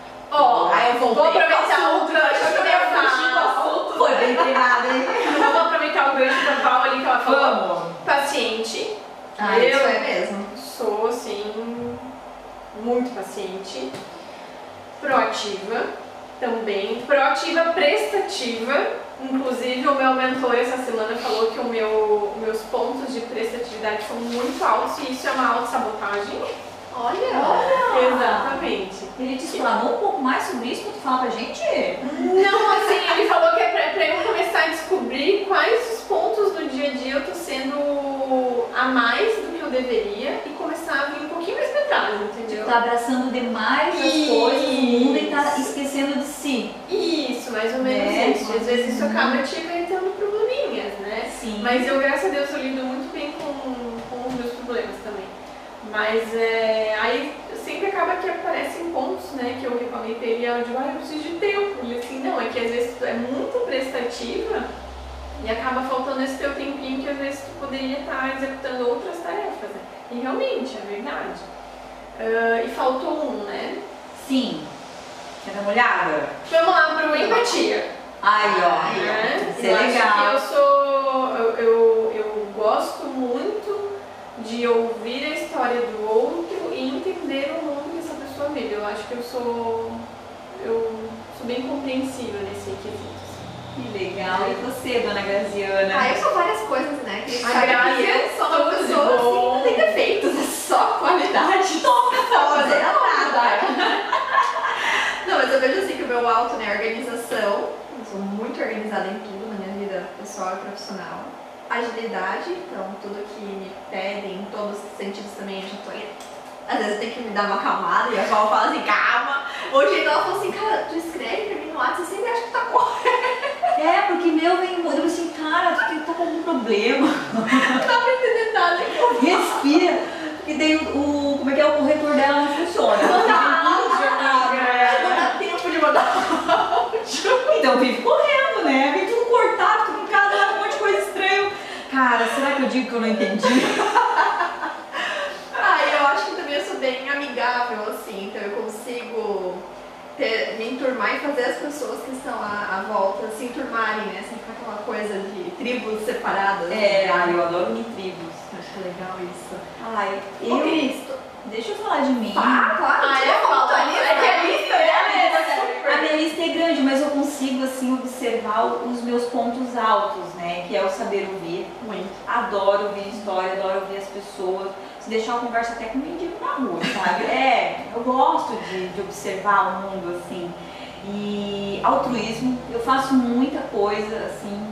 [SPEAKER 3] Eu vou aproveitar o gancho que eu ia falar.
[SPEAKER 1] Foi bem treinada, hein?
[SPEAKER 3] Vamos aproveitar o gancho da Val ali que ela falou.
[SPEAKER 1] Vamos.
[SPEAKER 3] Paciente.
[SPEAKER 2] Isso é mesmo.
[SPEAKER 3] Sou, assim, muito paciente. Proativa também. Proativa prestativa. Inclusive, o meu mentor essa semana falou que meus pontos de prestatividade são muito altos e isso é uma autossabotagem.
[SPEAKER 2] Olha!
[SPEAKER 3] Exatamente.
[SPEAKER 1] Ele te explicou um pouco mais sobre isso pra tu falar pra gente?
[SPEAKER 3] Não, assim, ele falou que é pra eu começar a descobrir quais os pontos do dia a dia eu tô sendo a mais do que eu deveria e começar a vir um pouquinho mais pra trás, entendeu?
[SPEAKER 1] Tá abraçando demais as coisas do mundo e tá esquecendo de si.
[SPEAKER 3] Isso, mais ou vezes isso acaba te inventando probleminhas, né?
[SPEAKER 1] Sim.
[SPEAKER 3] Mas eu, graças a Deus, eu lido muito bem com os meus problemas também. Mas aí sempre acaba que aparecem pontos, né, que eu reclamei pra ele, eu digo, eu preciso de tempo. Ele assim, não, é que às vezes tu é muito prestativa e acaba faltando esse teu tempinho que às vezes tu poderia estar executando outras tarefas, né? E realmente, é verdade. E faltou um, né?
[SPEAKER 1] Sim. Quer dar uma olhada?
[SPEAKER 3] Vamos lá pro empatia.
[SPEAKER 1] Aí, ó.
[SPEAKER 3] Né?
[SPEAKER 1] Isso é legal.
[SPEAKER 3] Acho que eu gosto muito de ouvir a história do outro e entender o mundo que essa pessoa vive. Eu acho que eu sou bem compreensiva nesse quesito.
[SPEAKER 1] Que legal. E você, dona Graziana?
[SPEAKER 2] Eu sou várias coisas, né? Que
[SPEAKER 3] A Grazi
[SPEAKER 2] eu sou uma
[SPEAKER 3] tudo de
[SPEAKER 2] pessoa assim,
[SPEAKER 3] bom.
[SPEAKER 2] não tem defeitos, é só qualidade. Toca fazer nada. Não, mas eu vejo assim que o meu alto, né, organização, eu sou muito organizada em tudo na minha vida pessoal e profissional. Agilidade, então tudo que me pedem, em todos os sentidos também, eu já tô ali. Às vezes eu tenho que me dar uma acalmada e a Val fala assim, calma. Hoje ela falou assim, cara, tu escreve pra mim no WhatsApp, você sempre acha que tá correto.
[SPEAKER 1] Porque meu vem, eu assim, cara, tu tá com algum problema.
[SPEAKER 2] Não dá pra entender nada que eu falo.
[SPEAKER 1] Respira. Porque daí como é que é, o corretor dela não funciona.
[SPEAKER 2] Não dá tempo de mandar áudio.
[SPEAKER 1] Então vive correndo, né? Vem tudo cortado, tudo em casa, um monte de coisa estranha. Cara, será que eu digo que eu não entendi?
[SPEAKER 2] Eu acho que também eu sou bem amigável, assim, então eu consigo me enturmar e fazer as pessoas que estão à volta se enturmarem, né? Sem ficar aquela coisa de tribos separadas.
[SPEAKER 1] Eu adoro unir tribos.
[SPEAKER 2] Acho legal isso.
[SPEAKER 1] Eu...
[SPEAKER 2] Ô, Cristo.
[SPEAKER 1] Deixa eu falar de mim.
[SPEAKER 2] Claro.
[SPEAKER 3] Falta a lista.
[SPEAKER 2] É que a lista
[SPEAKER 1] A minha lista é grande, mas eu consigo assim observar os meus pontos altos, né? Que é o saber ouvir.
[SPEAKER 2] Muito.
[SPEAKER 1] Adoro ouvir história, adoro ouvir as pessoas. Se deixar uma conversa até com o mendigo na rua, sabe? Eu gosto de observar o mundo assim. E altruísmo, eu faço muita coisa assim,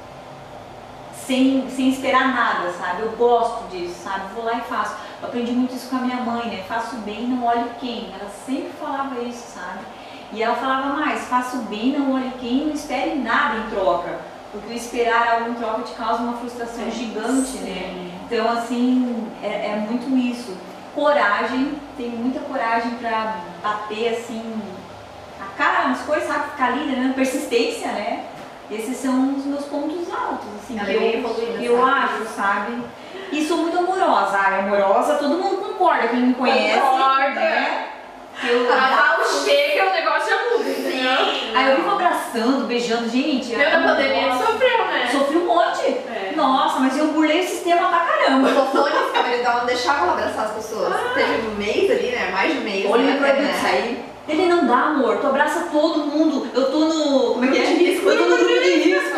[SPEAKER 1] sem esperar nada, sabe? Eu gosto disso, sabe? Vou lá e faço. Eu aprendi muito isso com a minha mãe, né? Faço bem, não olho quem. Ela sempre falava isso, sabe? E ela falava mais, faço bem, não olhe quem, não espere nada em troca. Porque o esperar algo em troca te causa uma frustração gigante, né? Então, assim, é muito isso. Coragem, tenho muita coragem pra bater, assim, a cara nas coisas, sabe? Ficar ali, né? Persistência, né? Esses são os meus pontos altos, assim, que eu acho, sabe? E sou muito amorosa. Amorosa, todo mundo concorda, quem me conhece.
[SPEAKER 3] Concorda.
[SPEAKER 1] Né?
[SPEAKER 3] A Val chega, o negócio já muda, entendeu?
[SPEAKER 1] Aí eu vivo abraçando, beijando, gente.
[SPEAKER 3] Na pandemia sofreu, né?
[SPEAKER 1] Sofri um monte. Nossa, mas eu burlei o sistema pra caramba.
[SPEAKER 2] O Fones, que ele não deixava ela abraçar as pessoas. Teve um mês ali, né? Mais de um mês.
[SPEAKER 1] Olha,
[SPEAKER 2] né?
[SPEAKER 1] me proibiu de sair. Ele não dá, amor. Tu abraça todo mundo. Eu tô no... Como é que é?
[SPEAKER 2] Grupo de risco.
[SPEAKER 1] Eu tô no grupo de risco,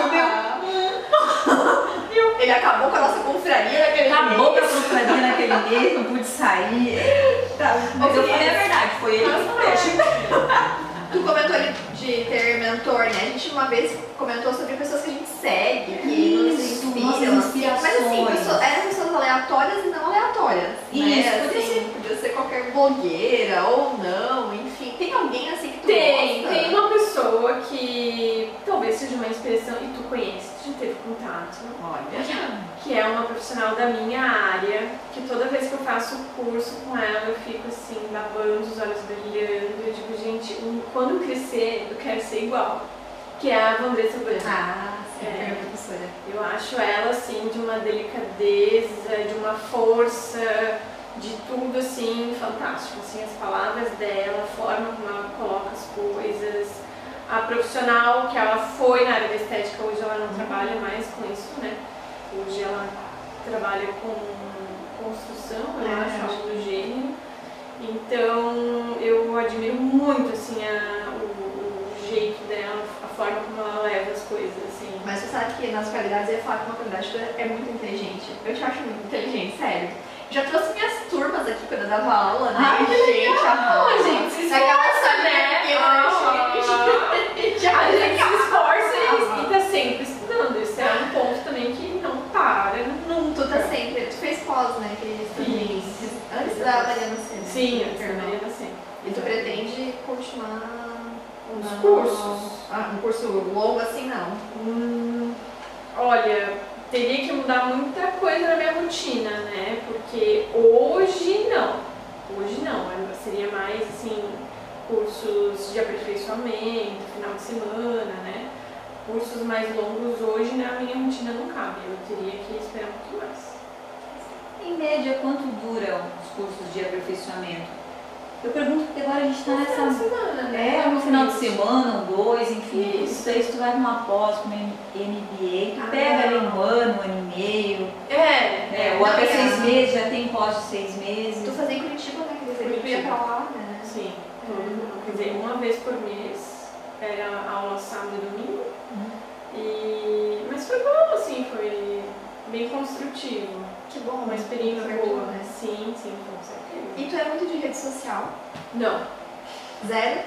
[SPEAKER 2] Ele acabou com a nossa confraria naquele
[SPEAKER 1] Acabou com a
[SPEAKER 2] mês.
[SPEAKER 1] confraria naquele mês, não pude sair. Mas eu falei a verdade, foi ele que fez.
[SPEAKER 2] Tu comentou ali de ter mentor, né? A gente uma vez comentou sobre pessoas que a gente segue, que
[SPEAKER 1] Isso,
[SPEAKER 2] nos
[SPEAKER 1] nossas
[SPEAKER 2] inspiram.
[SPEAKER 1] inspirações.
[SPEAKER 2] Mas assim, eram pessoas aleatórias e não aleatórias.
[SPEAKER 1] Isso,
[SPEAKER 2] né?
[SPEAKER 1] podia
[SPEAKER 2] Assim, podia ser qualquer blogueira ou não, enfim. Tem alguém assim que tu gosta?
[SPEAKER 3] Tem uma pessoa que talvez seja uma inspiração e tu conhece, tu já teve contato.
[SPEAKER 1] Olha.
[SPEAKER 3] Que é uma profissional da minha área, que toda vez que eu faço curso com ela, eu fico assim, babando, os olhos brilhando. Eu digo, gente, quando eu crescer, eu quero ser igual. Que é a Vanessa Branco.
[SPEAKER 2] Sim, é minha professora.
[SPEAKER 3] Eu acho ela, assim, de uma delicadeza, de uma força, de tudo, assim, fantástico. Assim, as palavras dela, a forma como ela coloca as coisas. A profissional que ela foi na área da estética, hoje ela não trabalha mais com isso, né? Hoje ela trabalha com construção, eu acho, algo do gênero. Então, eu admiro muito, assim, o jeito dela, a forma como ela leva as coisas, assim.
[SPEAKER 2] Mas você sabe que nas qualidades eu ia falar que uma qualidade é muito inteligente. Eu te acho muito inteligente, sério. Já trouxe minhas turmas aqui quando eu dava aula, né?
[SPEAKER 3] Ai, que legal!
[SPEAKER 2] A gente se esforça, né?
[SPEAKER 3] A gente se esforça e tá sempre estudando. Isso é um ponto também que não para nunca.
[SPEAKER 2] Tu tá sempre. Tu fez pós, né? Que também. Antes da Mariana Sena.
[SPEAKER 3] Sim, antes da Mariana Sena.
[SPEAKER 2] E tu pretende continuar
[SPEAKER 3] Os cursos.
[SPEAKER 2] Um curso longo assim, não.
[SPEAKER 3] Olha, teria que mudar muita coisa na minha rotina, né? Porque hoje não. Seria mais, assim, cursos de aperfeiçoamento, final de semana, né? Cursos mais longos hoje na minha rotina não cabe. Eu teria que esperar um pouquinho mais.
[SPEAKER 1] Em média, quanto duram os cursos de aperfeiçoamento? Eu pergunto porque agora a gente está nessa...
[SPEAKER 3] Final de semana, né?
[SPEAKER 1] no final de semana, um, dois, enfim.
[SPEAKER 3] Isso.
[SPEAKER 1] Isso tu vai numa pós, como MBA, que pega ali um ano e meio. O
[SPEAKER 2] não,
[SPEAKER 1] até
[SPEAKER 2] é.
[SPEAKER 1] 6 meses, já tem pós de 6 meses.
[SPEAKER 2] Tu fazia em Curitiba, né? Que tu ia pra lá, né?
[SPEAKER 3] Sim. Quer dizer, uma vez por mês era aula sábado e domingo. Mas foi bom, assim, foi bem construtivo.
[SPEAKER 2] Que bom,
[SPEAKER 3] Uma experiência boa.
[SPEAKER 2] né?
[SPEAKER 3] Sim, com certeza.
[SPEAKER 2] E tu é muito de rede social?
[SPEAKER 3] Não.
[SPEAKER 2] Zero?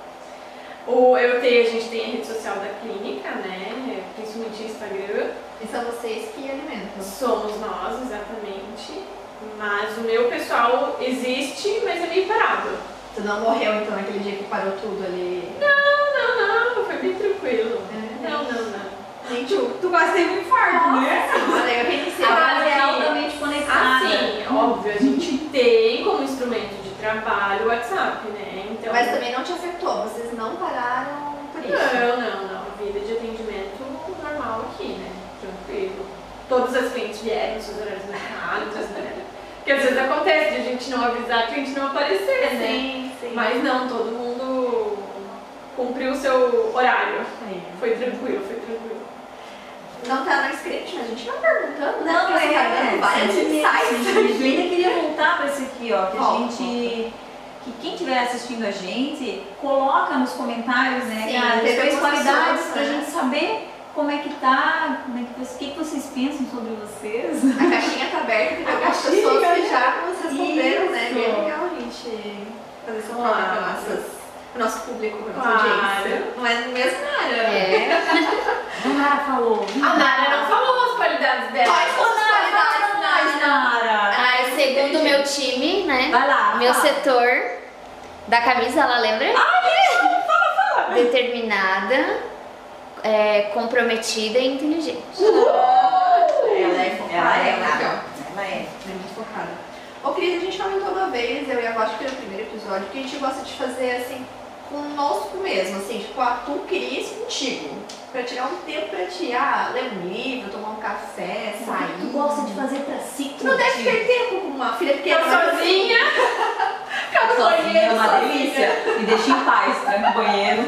[SPEAKER 3] A gente tem a rede social da clínica, né? Principalmente Instagram.
[SPEAKER 2] E são vocês que alimentam?
[SPEAKER 3] Somos nós, exatamente. Mas o meu pessoal existe, mas é meio parado.
[SPEAKER 2] Tu não morreu então naquele dia que parou tudo ali?
[SPEAKER 3] Não, foi bem tranquilo. Não.
[SPEAKER 2] Nem tu.
[SPEAKER 1] Tu quase teve um infarto, né?
[SPEAKER 2] Mas aí eu pensei,
[SPEAKER 1] A base é
[SPEAKER 3] sim.
[SPEAKER 1] altamente conectada.
[SPEAKER 3] Assim, óbvio, a gente tem como instrumento de trabalho o WhatsApp, né? Então,
[SPEAKER 2] mas também não te afetou, vocês não pararam por isso?
[SPEAKER 3] Não. Vida de atendimento normal aqui, né? Tranquilo. Todas as clientes vieram nos seus horários marcados, né? Porque às vezes acontece de a gente não avisar, a cliente não aparecer, né?
[SPEAKER 2] Sim.
[SPEAKER 3] Mas não, todo mundo cumpriu o seu horário. Foi tranquilo.
[SPEAKER 2] Não tá no script, mas a gente vai perguntando, né?
[SPEAKER 1] Não,
[SPEAKER 2] Porque você tá dando vários insights.
[SPEAKER 1] Eu ainda queria voltar para esse aqui, ó, que a
[SPEAKER 2] Volta.
[SPEAKER 1] gente... Que quem estiver assistindo a gente, coloca nos comentários, né,
[SPEAKER 2] Sim,
[SPEAKER 1] cara,
[SPEAKER 2] teve
[SPEAKER 1] as
[SPEAKER 2] algumas
[SPEAKER 1] qualidades
[SPEAKER 2] pessoas,
[SPEAKER 1] pra
[SPEAKER 2] né?
[SPEAKER 1] gente saber como é que tá, o que vocês pensam sobre vocês.
[SPEAKER 2] A caixinha tá aberta, tem algumas
[SPEAKER 1] caixinha,
[SPEAKER 2] pessoas que
[SPEAKER 1] né?
[SPEAKER 2] já nos responderam, né?
[SPEAKER 1] Isso.
[SPEAKER 2] Bem legal a gente fazer essa prova pro nosso público, pra nossa
[SPEAKER 3] Claro.
[SPEAKER 2] audiência. Não é mesmo, Nara?
[SPEAKER 1] A Nara falou.
[SPEAKER 3] A Nara não falou as qualidades dela.
[SPEAKER 2] Quais são as qualidades,
[SPEAKER 1] Mas, Nara.
[SPEAKER 4] Ah, segundo o meu time, né?
[SPEAKER 1] Vai lá.
[SPEAKER 4] Meu
[SPEAKER 1] fala.
[SPEAKER 4] setor da camisa, ela lembra?
[SPEAKER 1] Fala.
[SPEAKER 4] Determinada, comprometida e inteligente.
[SPEAKER 2] Ela é focada,
[SPEAKER 1] Ela é,
[SPEAKER 2] aqui,
[SPEAKER 1] cara.
[SPEAKER 2] ó.
[SPEAKER 1] Ela é.
[SPEAKER 2] É muito focada. Ô, Cris, a gente comentou uma vez, eu e a Vó, acho que no primeiro episódio, que a gente gosta de fazer assim, conosco mesmo, assim, tipo, tu, Cris, contigo. Pra tirar um tempo pra ti, ler um livro, tomar um café, sair.
[SPEAKER 1] Tu gosta de fazer pra si.
[SPEAKER 2] Tu não deve ter tempo com uma filha pequena.
[SPEAKER 3] Ficar
[SPEAKER 2] mas
[SPEAKER 3] sozinha.
[SPEAKER 2] Ficar no
[SPEAKER 1] Sozinha é
[SPEAKER 2] banheiro,
[SPEAKER 1] uma
[SPEAKER 2] sozinha.
[SPEAKER 1] delícia. Me deixa em paz, tranca no banheiro.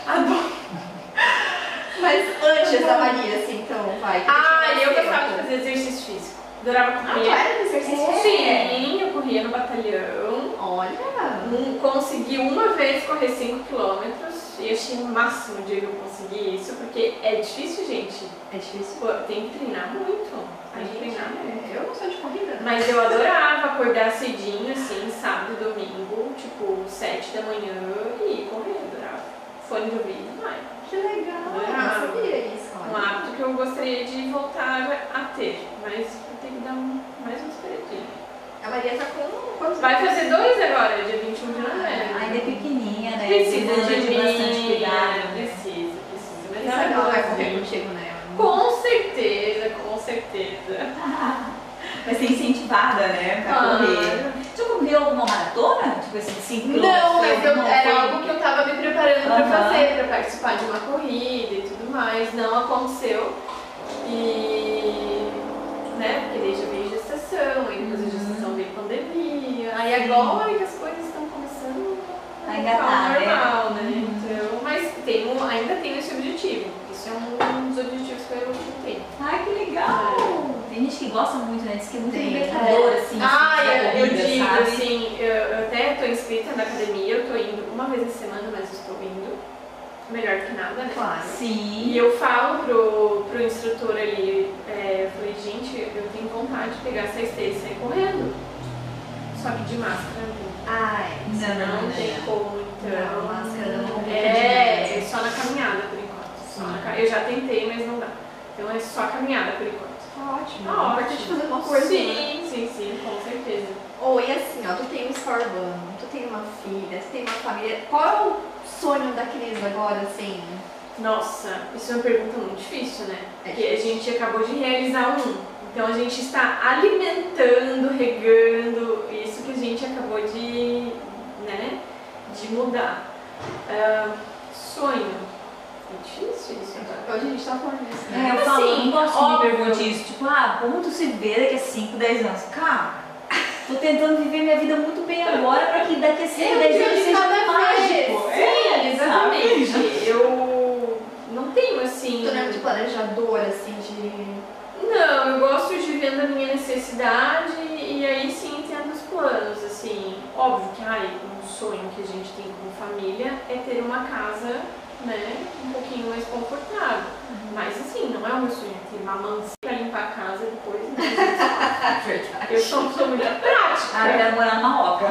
[SPEAKER 2] Mas antes da Maria, assim, então, vai. que tu tinha mais
[SPEAKER 3] Eu
[SPEAKER 2] tempo.
[SPEAKER 3] gostava de fazer exercício físico. Adorava
[SPEAKER 2] Tu
[SPEAKER 3] correr.
[SPEAKER 2] era do exercício?
[SPEAKER 3] Sim, eu corria no batalhão.
[SPEAKER 2] Olha.
[SPEAKER 3] Consegui uma vez correr 5 km e achei o máximo o dia que eu consegui isso, porque é difícil, gente.
[SPEAKER 2] É difícil.
[SPEAKER 3] Pô, tem que treinar muito. Tem que treinar muito.
[SPEAKER 2] Eu não sou de corrida.
[SPEAKER 3] Mas eu adorava acordar cedinho, assim, sábado e domingo, tipo 7 da manhã e ir correr, adorava. Fone de ouvido, vai.
[SPEAKER 2] Que legal. Eu
[SPEAKER 3] Ah,
[SPEAKER 2] não sabia isso.
[SPEAKER 3] Um hábito que eu gostaria de voltar a ter, mas eu tenho que dar mais uma esperadinha.
[SPEAKER 2] A Maria tá com quantos
[SPEAKER 3] Vai
[SPEAKER 2] anos?
[SPEAKER 3] fazer 2 agora, dia 21 de novembro.
[SPEAKER 1] Ainda é pequenininha, né?
[SPEAKER 3] Precisa
[SPEAKER 1] de
[SPEAKER 3] de
[SPEAKER 1] bastante
[SPEAKER 3] mim,
[SPEAKER 1] cuidado.
[SPEAKER 3] Precisa. Mas
[SPEAKER 2] Essa ela vai correr
[SPEAKER 3] boazinha.
[SPEAKER 2] contigo, né?
[SPEAKER 3] Com certeza.
[SPEAKER 1] Vai ser incentivada, né? Pra correr. Tu correu alguma maratona? Tipo assim, 5 km?
[SPEAKER 3] Não, mas
[SPEAKER 1] Não
[SPEAKER 3] era
[SPEAKER 1] foi?
[SPEAKER 3] algo que eu tava me preparando pra
[SPEAKER 1] Aham.
[SPEAKER 3] fazer, pra participar de uma corrida e tudo mais. Não aconteceu. E, né, porque daí já veio gestação, aí depois da gestação veio pandemia. Aí agora que as coisas estão começando
[SPEAKER 1] A
[SPEAKER 3] a
[SPEAKER 1] engatar,
[SPEAKER 3] ficar normal,
[SPEAKER 1] né?
[SPEAKER 3] né? Então, mas ainda tenho esse objetivo. Isso é um dos objetivos que eu tenho.
[SPEAKER 1] Ai, que legal! Tem gente que gosta muito, né? Diz que é muito
[SPEAKER 2] Tem.
[SPEAKER 1] libertador, assim.
[SPEAKER 3] Eu
[SPEAKER 1] corrida,
[SPEAKER 3] digo
[SPEAKER 1] sabe?
[SPEAKER 3] assim, eu até estou inscrita na academia, eu estou indo uma vez na semana, mas estou indo. Melhor que nada, né?
[SPEAKER 2] Claro.
[SPEAKER 1] Sim.
[SPEAKER 3] E eu falo pro instrutor ali, eu falei, gente, eu tenho vontade de pegar essa esteira e sair correndo. Só que de máscara não.
[SPEAKER 2] Ai,
[SPEAKER 3] Não tem como, então.
[SPEAKER 2] Não, máscara não.
[SPEAKER 3] É só na caminhada por enquanto. Só eu já tentei, mas não dá. Então é só caminhada por enquanto.
[SPEAKER 2] Tá ótimo.
[SPEAKER 3] Tá
[SPEAKER 2] Importante fazer uma coisa, né?
[SPEAKER 3] Sim, com certeza.
[SPEAKER 2] Ou e assim, assim, ó, tu tem um spa urbano, tu tem uma filha, tu tem uma família. Qual é o sonho da Cris agora, assim?
[SPEAKER 3] Nossa, isso é uma pergunta muito difícil, né?
[SPEAKER 2] É
[SPEAKER 3] Porque a gente acabou de realizar um. Então a gente está alimentando, regando isso que a gente acabou de, né, de mudar. Sonho. É difícil isso agora.
[SPEAKER 2] Hoje a gente tá falando disso, né?
[SPEAKER 1] Eu falo, eu
[SPEAKER 3] Assim,
[SPEAKER 1] não gosto de
[SPEAKER 3] óbvio.
[SPEAKER 1] me perguntar isso. Tipo, como tu se vê daqui a 5, 10 anos? Cara, tô tentando viver minha vida muito bem agora pra que daqui a 5, 10 anos seja mágico.
[SPEAKER 3] Sim, exatamente. Eu não tenho assim.
[SPEAKER 2] Tu não é muito planejadora, assim, de...
[SPEAKER 3] Não, eu gosto de ver a minha necessidade e aí sim tendo os planos, assim. Óbvio que um sonho que a gente tem como família é ter uma casa, né, um pouquinho mais confortável. Mas assim, não é o meu sonho ter uma mansão pra limpar a casa depois, né? Eu sou uma pessoa muito prática.
[SPEAKER 1] Eu quero morar numa obra.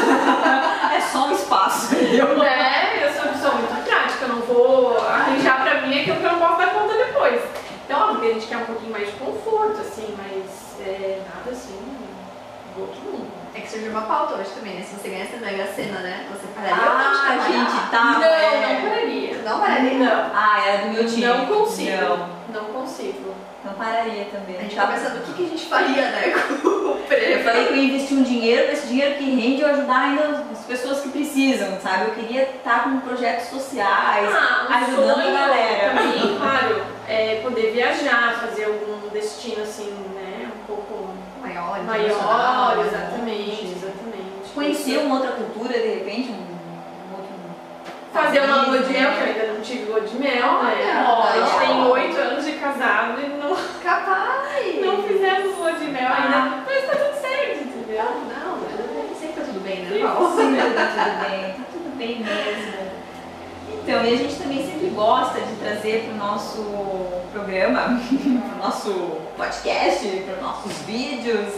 [SPEAKER 1] É só um espaço, entendeu?
[SPEAKER 3] Né? Eu sou uma pessoa muito prática, eu não vou arranjar pra mim aquilo que eu não posso dar conta depois. Então, óbvio que a gente quer um pouquinho mais de conforto, assim, mas nada assim, do outro mundo.
[SPEAKER 2] É que surgiu uma pauta hoje também, né? Se você ganhasse a Mega Sena, né? Você pararia ou não de trabalhar?
[SPEAKER 1] gente, tá.
[SPEAKER 3] Não pararia.
[SPEAKER 2] Não pararia?
[SPEAKER 3] Não.
[SPEAKER 1] Era do meu time.
[SPEAKER 3] Não consigo.
[SPEAKER 1] Não,
[SPEAKER 3] Não consigo.
[SPEAKER 1] não pararia
[SPEAKER 2] A
[SPEAKER 1] também.
[SPEAKER 2] gente tá pensando o que a gente faria, né? Com o
[SPEAKER 1] Eu
[SPEAKER 2] prêmio.
[SPEAKER 1] falei que eu ia investir um dinheiro, esse dinheiro que rende eu ajudar ainda as pessoas que precisam, sabe? Eu queria estar com projetos sociais, ajudando
[SPEAKER 3] sonho
[SPEAKER 1] a galera.
[SPEAKER 3] também, claro, é poder viajar, fazer algum destino assim, né, um pouco
[SPEAKER 2] Maior,
[SPEAKER 3] maior,
[SPEAKER 2] internacional,
[SPEAKER 3] exatamente,
[SPEAKER 2] né?
[SPEAKER 3] exatamente.
[SPEAKER 1] Conhecer uma outra cultura, de repente, um outro...
[SPEAKER 3] Fazer uma lua de
[SPEAKER 1] país,
[SPEAKER 3] mel,
[SPEAKER 1] né?
[SPEAKER 3] que eu ainda não tive lua de mel,
[SPEAKER 2] Olha,
[SPEAKER 3] né? A gente
[SPEAKER 2] não.
[SPEAKER 3] tem 8 anos de casado e
[SPEAKER 2] Capaz!
[SPEAKER 3] não fizemos lua de mel ainda, mas tá tudo certo, entendeu?
[SPEAKER 2] Não, sempre tá tudo bem, né,
[SPEAKER 3] Sim.
[SPEAKER 2] Paulo?
[SPEAKER 1] Sim, tá tudo bem mesmo. Então, e a gente também sempre gosta de trazer para o nosso programa, para o nosso podcast, para os nossos vídeos,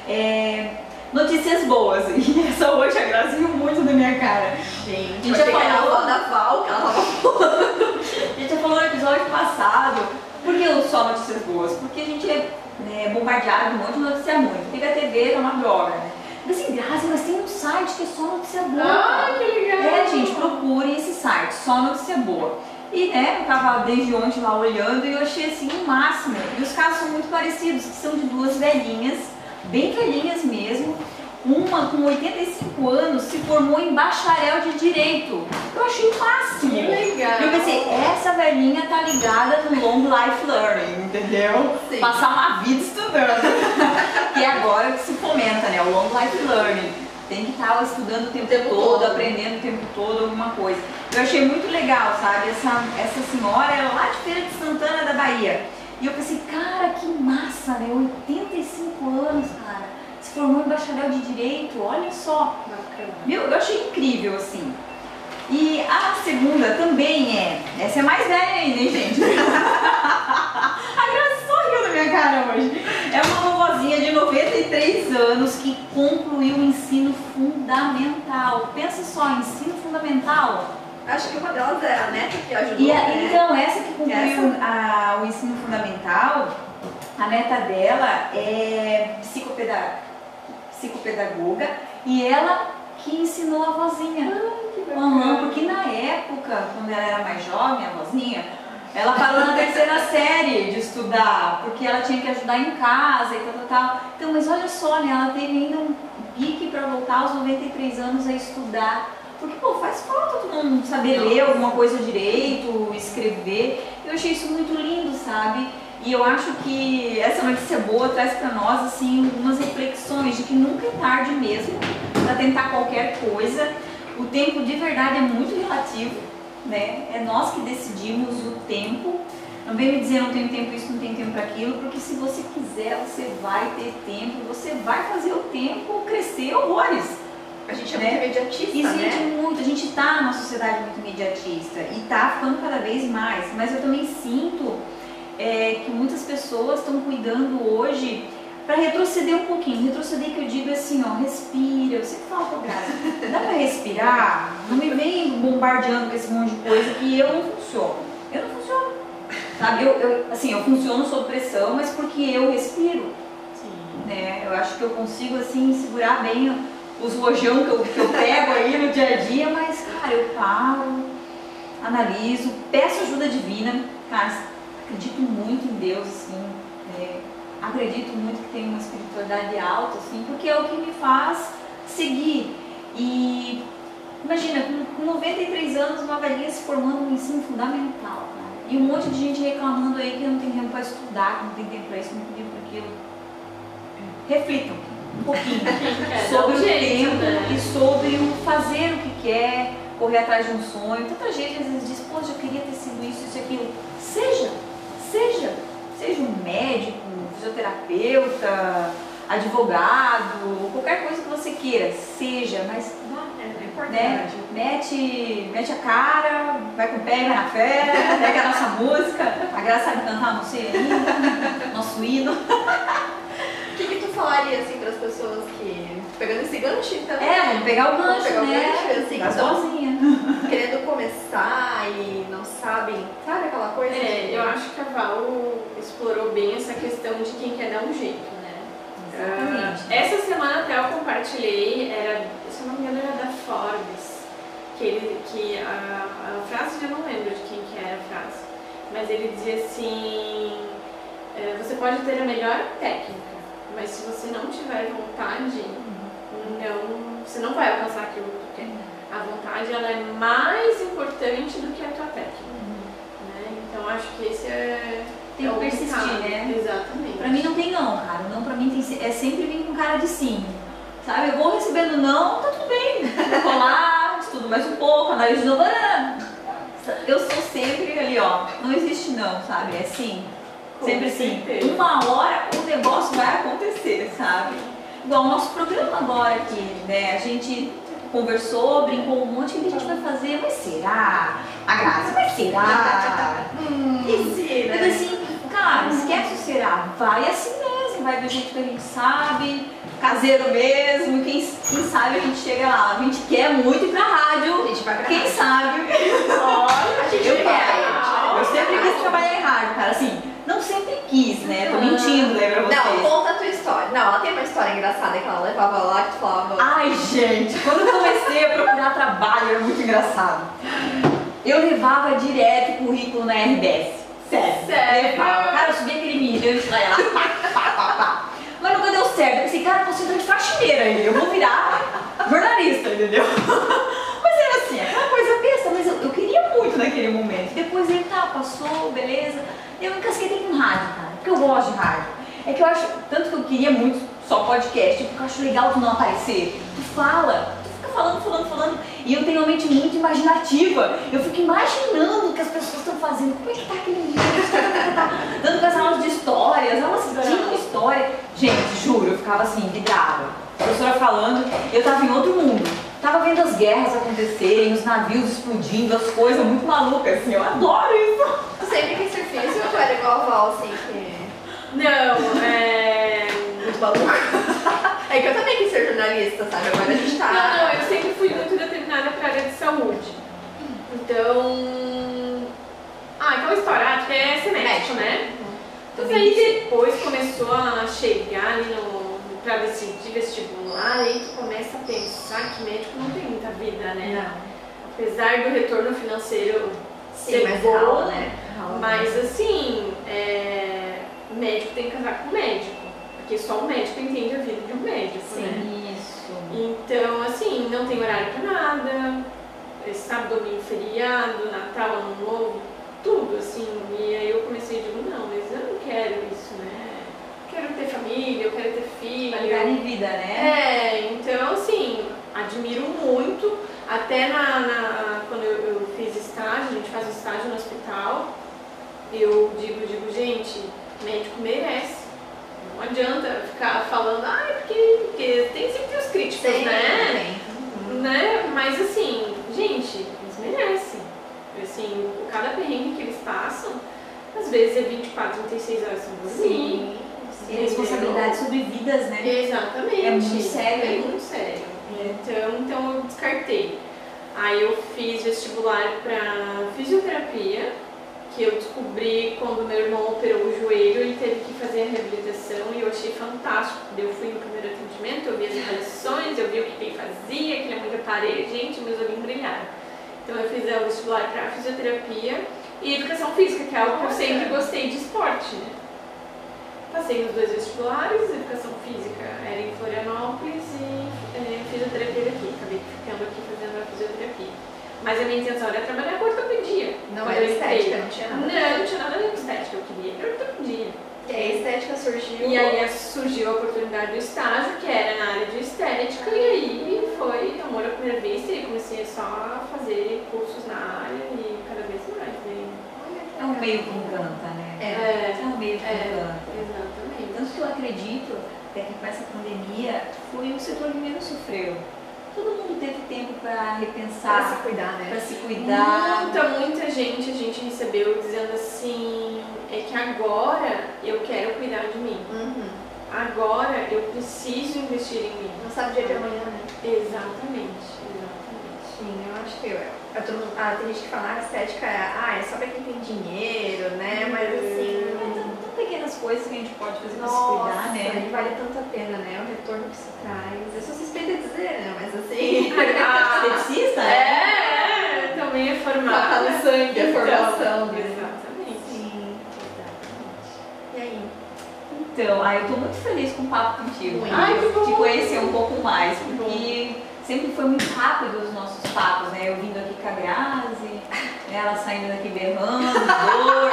[SPEAKER 1] notícias boas. E essa hoje a Grazi riu muito na minha cara.
[SPEAKER 2] Gente,
[SPEAKER 1] A gente já falou
[SPEAKER 2] da Val, que ela tava falando.
[SPEAKER 1] A gente já falou no episódio passado, por que só notícias boas? Porque a gente é bombardeado de um monte de notícia ruim. Liga a TV, é uma droga, né? Mas assim, Grazi, mas tem um site que é só notícia boa.
[SPEAKER 3] Ah, que legal!
[SPEAKER 1] Gente, procurem esse site, só notícia boa. E eu tava desde ontem lá olhando e eu achei assim o máximo. E os casos são muito parecidos, que são de duas velhinhas, bem velhinhas mesmo. Uma com 85 anos se formou em bacharel de Direito. Eu achei o máximo.
[SPEAKER 3] Que legal!
[SPEAKER 1] Eu pensei, essa velhinha tá ligada no Long Life Learning, entendeu?
[SPEAKER 2] Sim.
[SPEAKER 1] Passar uma vida estudando. E agora que se fomenta, né? O Long Life Learning. Tem que estar estudando o tempo todo, aprendendo o tempo todo alguma coisa. Eu achei muito legal, sabe? Essa senhora era lá de Feira de Santana da Bahia. E eu pensei, cara, que massa, né? 85 anos, cara. Se formou em bacharel de Direito, olha só.
[SPEAKER 3] Bacana.
[SPEAKER 1] Meu, eu achei incrível, assim. E a segunda também essa é mais velha ainda, hein, gente? A Graça sorriu na minha cara hoje. É uma vovozinha de 93 anos que concluiu o ensino fundamental. Pensa só, ensino fundamental.
[SPEAKER 2] Acho que uma delas é a neta que ajudou,
[SPEAKER 1] E
[SPEAKER 2] né?
[SPEAKER 1] então, essa que concluiu o ensino fundamental, a neta dela é psicopedagoga e ela que ensinou a vozinha. Porque na época, quando ela era mais jovem, a vozinha, ela parou na terceira série de estudar, porque ela tinha que ajudar em casa e tal. Então, mas olha só, né? Ela teve ainda um pique para voltar aos 93 anos a estudar. Porque, faz falta tu não saber ler alguma coisa direito, escrever. Eu achei isso muito lindo, sabe? E eu acho que essa notícia boa traz para nós, assim, algumas reflexões de que nunca é tarde mesmo para tentar qualquer coisa. O tempo de verdade é muito relativo, né? É nós que decidimos o tempo. Não vem me dizer não tenho tempo isso, não tenho tempo para aquilo, porque se você quiser, você vai ter tempo, você vai fazer o tempo crescer horrores.
[SPEAKER 2] A gente é muito imediatista,
[SPEAKER 1] Existe
[SPEAKER 2] né?
[SPEAKER 1] muito, a gente está numa sociedade muito imediatista e está ficando cada vez mais, mas eu também sinto que muitas pessoas estão cuidando hoje para retroceder um pouquinho. Retroceder que eu digo assim, respira. Eu sempre falo pra Graça, dá para respirar? Não me vem bombardeando com esse monte de coisa que eu não funciono. Eu não funciono. Sabe? Eu funciono sob pressão, mas porque eu respiro.
[SPEAKER 3] Sim.
[SPEAKER 1] Né? Eu acho que eu consigo assim segurar bem os rojão que eu pego aí no dia a dia, mas, cara, eu paro, analiso, peço ajuda divina, cara, acredito muito em Deus, assim, acredito muito que tem uma espiritualidade alta, assim, porque é o que me faz seguir. E imagina, com 93 anos, uma velhinha se formando no ensino fundamental, cara, e um monte de gente reclamando aí que não tem tempo para estudar, que não tem tempo para isso, não tem tempo para aquilo. Reflitam um pouquinho sobre o tempo, né? E sobre o fazer o que quer, correr atrás de um sonho. Tanta gente às vezes diz, poxa, eu queria ter sido isso, isso e aquilo. Seja um médico, fisioterapeuta, advogado, qualquer coisa que você queira, seja, mas né? Mete a cara, vai com o pé, vai na fé, pega a nossa música, a Graça sabe cantar, não sei ainda, nosso hino.
[SPEAKER 2] O que tu falaria assim para as pessoas que, pegando esse gancho também?
[SPEAKER 1] Vamos pegar o gancho, né?
[SPEAKER 2] Assim,
[SPEAKER 1] tá sozinha.
[SPEAKER 2] Querendo começar e não sabem, sabe aquela coisa?
[SPEAKER 3] Eu acho que a Val explorou bem essa questão de quem quer dar um jeito, né?
[SPEAKER 1] Exatamente.
[SPEAKER 3] Essa semana até eu compartilhei, se eu não me engano era da Forbes, que a frase eu não lembro de quem que era a frase, mas ele dizia assim, você pode ter a melhor técnica, mas se você não tiver vontade, você não vai alcançar aquilo que tu quer. A vontade ela é mais importante do que a tua técnica. Né? Então acho que esse
[SPEAKER 1] tem que persistir, né?
[SPEAKER 3] Exatamente.
[SPEAKER 1] Pra mim não tem não, cara. Não pra mim é sempre vir com cara de sim. Sabe? Eu vou recebendo não, tá tudo bem. Vou lá, estudo mais um pouco, analiso de novo. Eu sou sempre ali, ó. Não existe não, sabe? É sim. Sempre sim. Uma hora o negócio vai acontecer, sabe? Igual o nosso programa agora aqui, né? A gente conversou, brincou um monte, o que a gente vai fazer? Mas será? A Graça, mas será?
[SPEAKER 2] E se,
[SPEAKER 1] Mas assim, cara, esquece o será. Vai assim mesmo, vai do jeito que a gente sabe, caseiro mesmo, quem sabe a gente chega lá. A gente quer muito ir pra rádio,
[SPEAKER 2] A gente vai pra
[SPEAKER 1] quem
[SPEAKER 2] rádio.
[SPEAKER 1] sabe?
[SPEAKER 2] Olha, a gente
[SPEAKER 1] Eu
[SPEAKER 2] vai.
[SPEAKER 1] quero. Eu sempre quis trabalhar em rádio, cara, assim, não sempre quis, né? Tô mentindo, lembra vocês?
[SPEAKER 2] Não, conta a tua história. Não, ela tem uma história engraçada que ela levava lá que tu falava.
[SPEAKER 1] Ai, gente, quando eu comecei a procurar trabalho, era muito engraçado. Eu levava direto currículo na RBS. Sério? Levava. Cara, eu subia aquele milhão e lá, pá. Mas nunca deu certo. Eu pensei, cara, eu posso entrar de faxineira aí, eu vou virar jornalista, entendeu? Mas era assim, aquela coisa besta, mas eu queria muito naquele momento. Depois ele, passou, beleza. Eu me encasquetei com rádio, cara, porque eu gosto de rádio. É que eu acho, tanto que eu queria muito só podcast, porque eu acho legal tu não aparecer. Tu fala, tu fica falando. E eu tenho uma mente muito imaginativa. Eu fico imaginando o que as pessoas estão fazendo. Como é que tá aquele vídeo? Dando com as aulas de história, as aulas de história. Gente, juro, eu ficava assim, vidrada. A professora falando, eu tava em outro mundo. Tava vendo as guerras acontecerem, os navios explodindo, as coisas muito malucas, assim, eu adoro isso.
[SPEAKER 2] Tu sempre quis ser físico ou tu era igual a Val, assim, que...
[SPEAKER 3] Não,
[SPEAKER 2] Muito maluco. É que eu também quis ser jornalista, sabe? Agora a gente tá...
[SPEAKER 3] Não, eu sempre fui muito determinada para a área de saúde. Então... aquela história, que é ser médico, né? Mas aí depois começou a chegar ali para decidir vestibular, aí tu começa a pensar que médico não tem muita vida, né?
[SPEAKER 2] Não.
[SPEAKER 3] Apesar do retorno financeiro
[SPEAKER 2] Sim,
[SPEAKER 3] ser
[SPEAKER 2] mas
[SPEAKER 3] bom,
[SPEAKER 2] rala, né?
[SPEAKER 3] mas assim, médico tem que casar com médico, porque só o médico entende a vida de um médico, né?
[SPEAKER 1] Isso.
[SPEAKER 3] Então, assim, não tem horário pra nada, sábado, domingo, feriado, Natal, Ano Novo, tudo, assim. E aí eu comecei a dizer, não, mas eu não quero isso, né? Quero ter família, eu quero ter filho.
[SPEAKER 1] Qualidade de vida, né?
[SPEAKER 3] Então, assim, admiro muito. Até quando eu fiz estágio, a gente faz estágio no hospital, eu digo, gente, médico merece. Não adianta ficar falando, porque tem sempre os críticos, né? Né? Mas assim, gente, eles merecem. Assim, cada perrengue que eles passam, às vezes é 24, 36 horas sem dormir.
[SPEAKER 1] Sim. Tem responsabilidade sobre vidas, né?
[SPEAKER 3] Exatamente.
[SPEAKER 1] É muito sério.
[SPEAKER 3] É muito sério. Então eu descartei. Aí eu fiz vestibular para fisioterapia, que eu descobri quando meu irmão operou o joelho, ele teve que fazer a reabilitação e eu achei fantástico. Eu fui no primeiro atendimento, eu vi as avaliações, eu vi o que ele fazia, aquele é muito aparelho, gente, meus olhinhos brilharam. Então eu fiz o vestibular para fisioterapia e educação física, que é algo que eu sempre gostei de esporte, né? Passei nos 2 vestibulares, educação física era em Florianópolis e fisioterapia daqui. Acabei ficando aqui fazendo a fisioterapia. Mas a minha intenção era trabalhar com ortopedia.
[SPEAKER 2] Não era estética, não tinha nada.
[SPEAKER 3] Não tinha nada a ver com estética, eu queria ortopedia.
[SPEAKER 2] E aí a estética surgiu.
[SPEAKER 3] E aí surgiu a oportunidade do estágio, que era na área de estética, e aí foi amor à primeira vista e comecei só a fazer cursos na área e cada vez mais.
[SPEAKER 1] É um meio que encanta, né? É um meio que encanta.
[SPEAKER 3] Exatamente.
[SPEAKER 1] Tanto que eu acredito até que com essa pandemia foi o setor que menos sofreu. Todo mundo teve tempo para repensar,
[SPEAKER 2] Pra se cuidar, né?
[SPEAKER 1] para se cuidar.
[SPEAKER 3] Muita gente a gente recebeu dizendo assim, é que agora eu quero cuidar de mim. Agora eu preciso investir em mim.
[SPEAKER 2] Não sabe o dia de amanhã, né?
[SPEAKER 3] Exatamente.
[SPEAKER 2] Sim, eu acho que tem gente que fala que estética é só pra quem tem dinheiro, né? Mas assim.
[SPEAKER 1] São pequenas coisas que a gente pode fazer para se
[SPEAKER 2] Nossa,
[SPEAKER 1] cuidar, né?
[SPEAKER 2] e vale tanto a pena, né? O retorno que isso traz. Eu sou suspeita de dizer, né? Mas assim.
[SPEAKER 1] Esteticista?
[SPEAKER 3] Também é
[SPEAKER 2] Tá
[SPEAKER 3] formada.
[SPEAKER 2] no sangue, a formação, né?
[SPEAKER 3] Exatamente.
[SPEAKER 2] Sim. E aí?
[SPEAKER 1] Então, eu tô muito feliz com o papo contigo.
[SPEAKER 2] Muito.
[SPEAKER 3] Ai, que bom.
[SPEAKER 1] Te conhecer um pouco mais,
[SPEAKER 3] Que
[SPEAKER 1] porque sempre foi muito rápido os nossos papos, né? Eu vindo aqui com a Grazi, ela saindo daqui berrando, dor.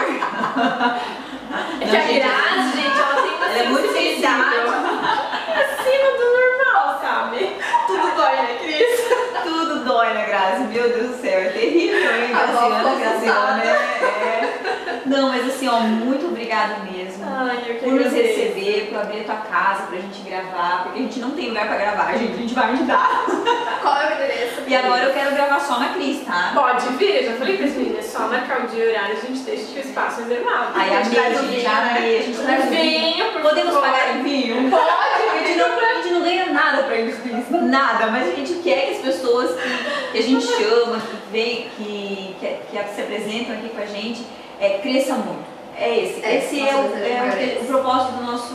[SPEAKER 3] É que a Grazi, gente, ela tem uma
[SPEAKER 1] Ela é muito
[SPEAKER 3] sensibilidade acima do normal, sabe? Tudo dói, né, Cris?
[SPEAKER 1] Tudo dói na Grazi, meu Deus do céu, é terrível, hein? Graziana, Não, mas assim, muito obrigada mesmo
[SPEAKER 3] Ai, eu que
[SPEAKER 1] por nos
[SPEAKER 3] agradeço.
[SPEAKER 1] receber, por abrir a tua casa pra gente gravar, porque a gente não tem lugar pra gravar, gente, a gente vai ajudar.
[SPEAKER 2] Qual é o endereço?
[SPEAKER 1] E agora eu quero gravar só na Cris, tá?
[SPEAKER 3] Pode vir, eu já falei pra as meninas, só marcar o dia e o horário, a gente deixa o espaço reservado.
[SPEAKER 1] Aí
[SPEAKER 3] a gente traz o
[SPEAKER 1] gente
[SPEAKER 3] vinho,
[SPEAKER 1] já
[SPEAKER 3] né?
[SPEAKER 1] a gente traz o
[SPEAKER 3] Vinho, por
[SPEAKER 1] Podemos
[SPEAKER 3] favor.
[SPEAKER 1] pagar em vinho?
[SPEAKER 3] Pode,
[SPEAKER 1] A gente não ganha nada pra isso, nada, mas a gente quer que as pessoas que a gente chama, que vem, que se apresentam aqui com a gente, cresçam muito. Esse é o propósito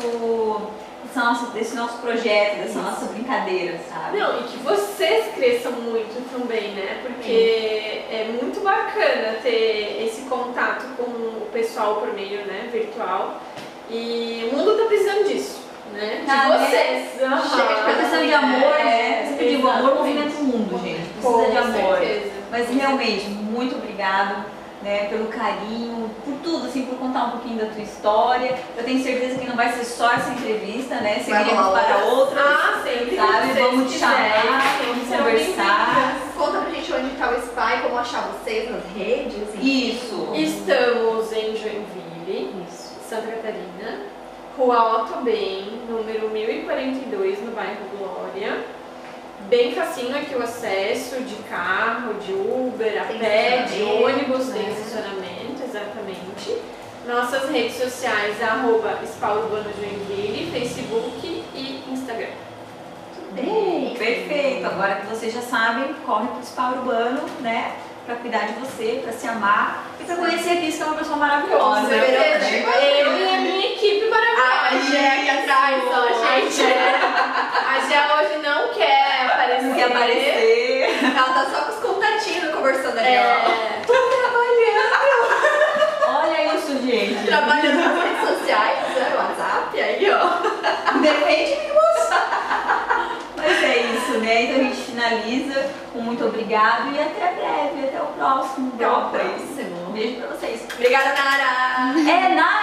[SPEAKER 1] desse nosso projeto, dessa nossa brincadeira, sabe?
[SPEAKER 3] Não, e que vocês cresçam muito também, né? Porque é muito bacana ter esse contato com o pessoal por meio, né, virtual. E o mundo tá precisando disso, né? De vocês.
[SPEAKER 1] Precisa de amor, sempre digo, o amor movimenta o mundo, gente. Precisa de amor.
[SPEAKER 3] Certeza.
[SPEAKER 1] Mas realmente, muito obrigado, né, pelo carinho, por tudo, assim, por contar um pouquinho da tua história. Eu tenho certeza que não vai ser só essa entrevista, né? Seguiremos para outras,
[SPEAKER 3] sempre.
[SPEAKER 1] sabe? Vamos te chamar,
[SPEAKER 3] quiserem,
[SPEAKER 1] vamos
[SPEAKER 3] serão
[SPEAKER 1] conversar.
[SPEAKER 2] Conta pra gente onde tá o Spa e como achar vocês nas redes.
[SPEAKER 1] Isso.
[SPEAKER 3] Estamos em Joinville, Santa Catarina, Rua Otto Bem, número 1042, no bairro Glória. Bem facinho aqui o acesso de carro, de Uber, a pé, de ônibus, tem estacionamento, exatamente. Nossas redes sociais, @Spa Urbano Joinville, Facebook e Instagram.
[SPEAKER 1] Perfeito. Agora que vocês já sabem, corre pro Spa Urbano, né? Pra cuidar de você, pra se amar e pra conhecer a Cris, que é uma pessoa maravilhosa.
[SPEAKER 2] Com certeza.
[SPEAKER 3] Eu e a minha equipe maravilhosa.
[SPEAKER 2] A Gé aqui atrás, ó, gente.
[SPEAKER 3] A Gé hoje não quer aparecer.
[SPEAKER 1] Não quer aparecer.
[SPEAKER 2] Ela tá só com os contatinhos conversando ali, ó.
[SPEAKER 1] Tô trabalhando. Olha isso, gente.
[SPEAKER 2] Trabalhando nas redes sociais, né? WhatsApp, aí, ó.
[SPEAKER 1] Depende, moça. Mas é isso, né? Então a gente finaliza com muito obrigado e até breve, até o próximo.
[SPEAKER 2] Até o próximo.
[SPEAKER 1] Beijo pra vocês.
[SPEAKER 2] Obrigada, Nara.
[SPEAKER 1] É nada.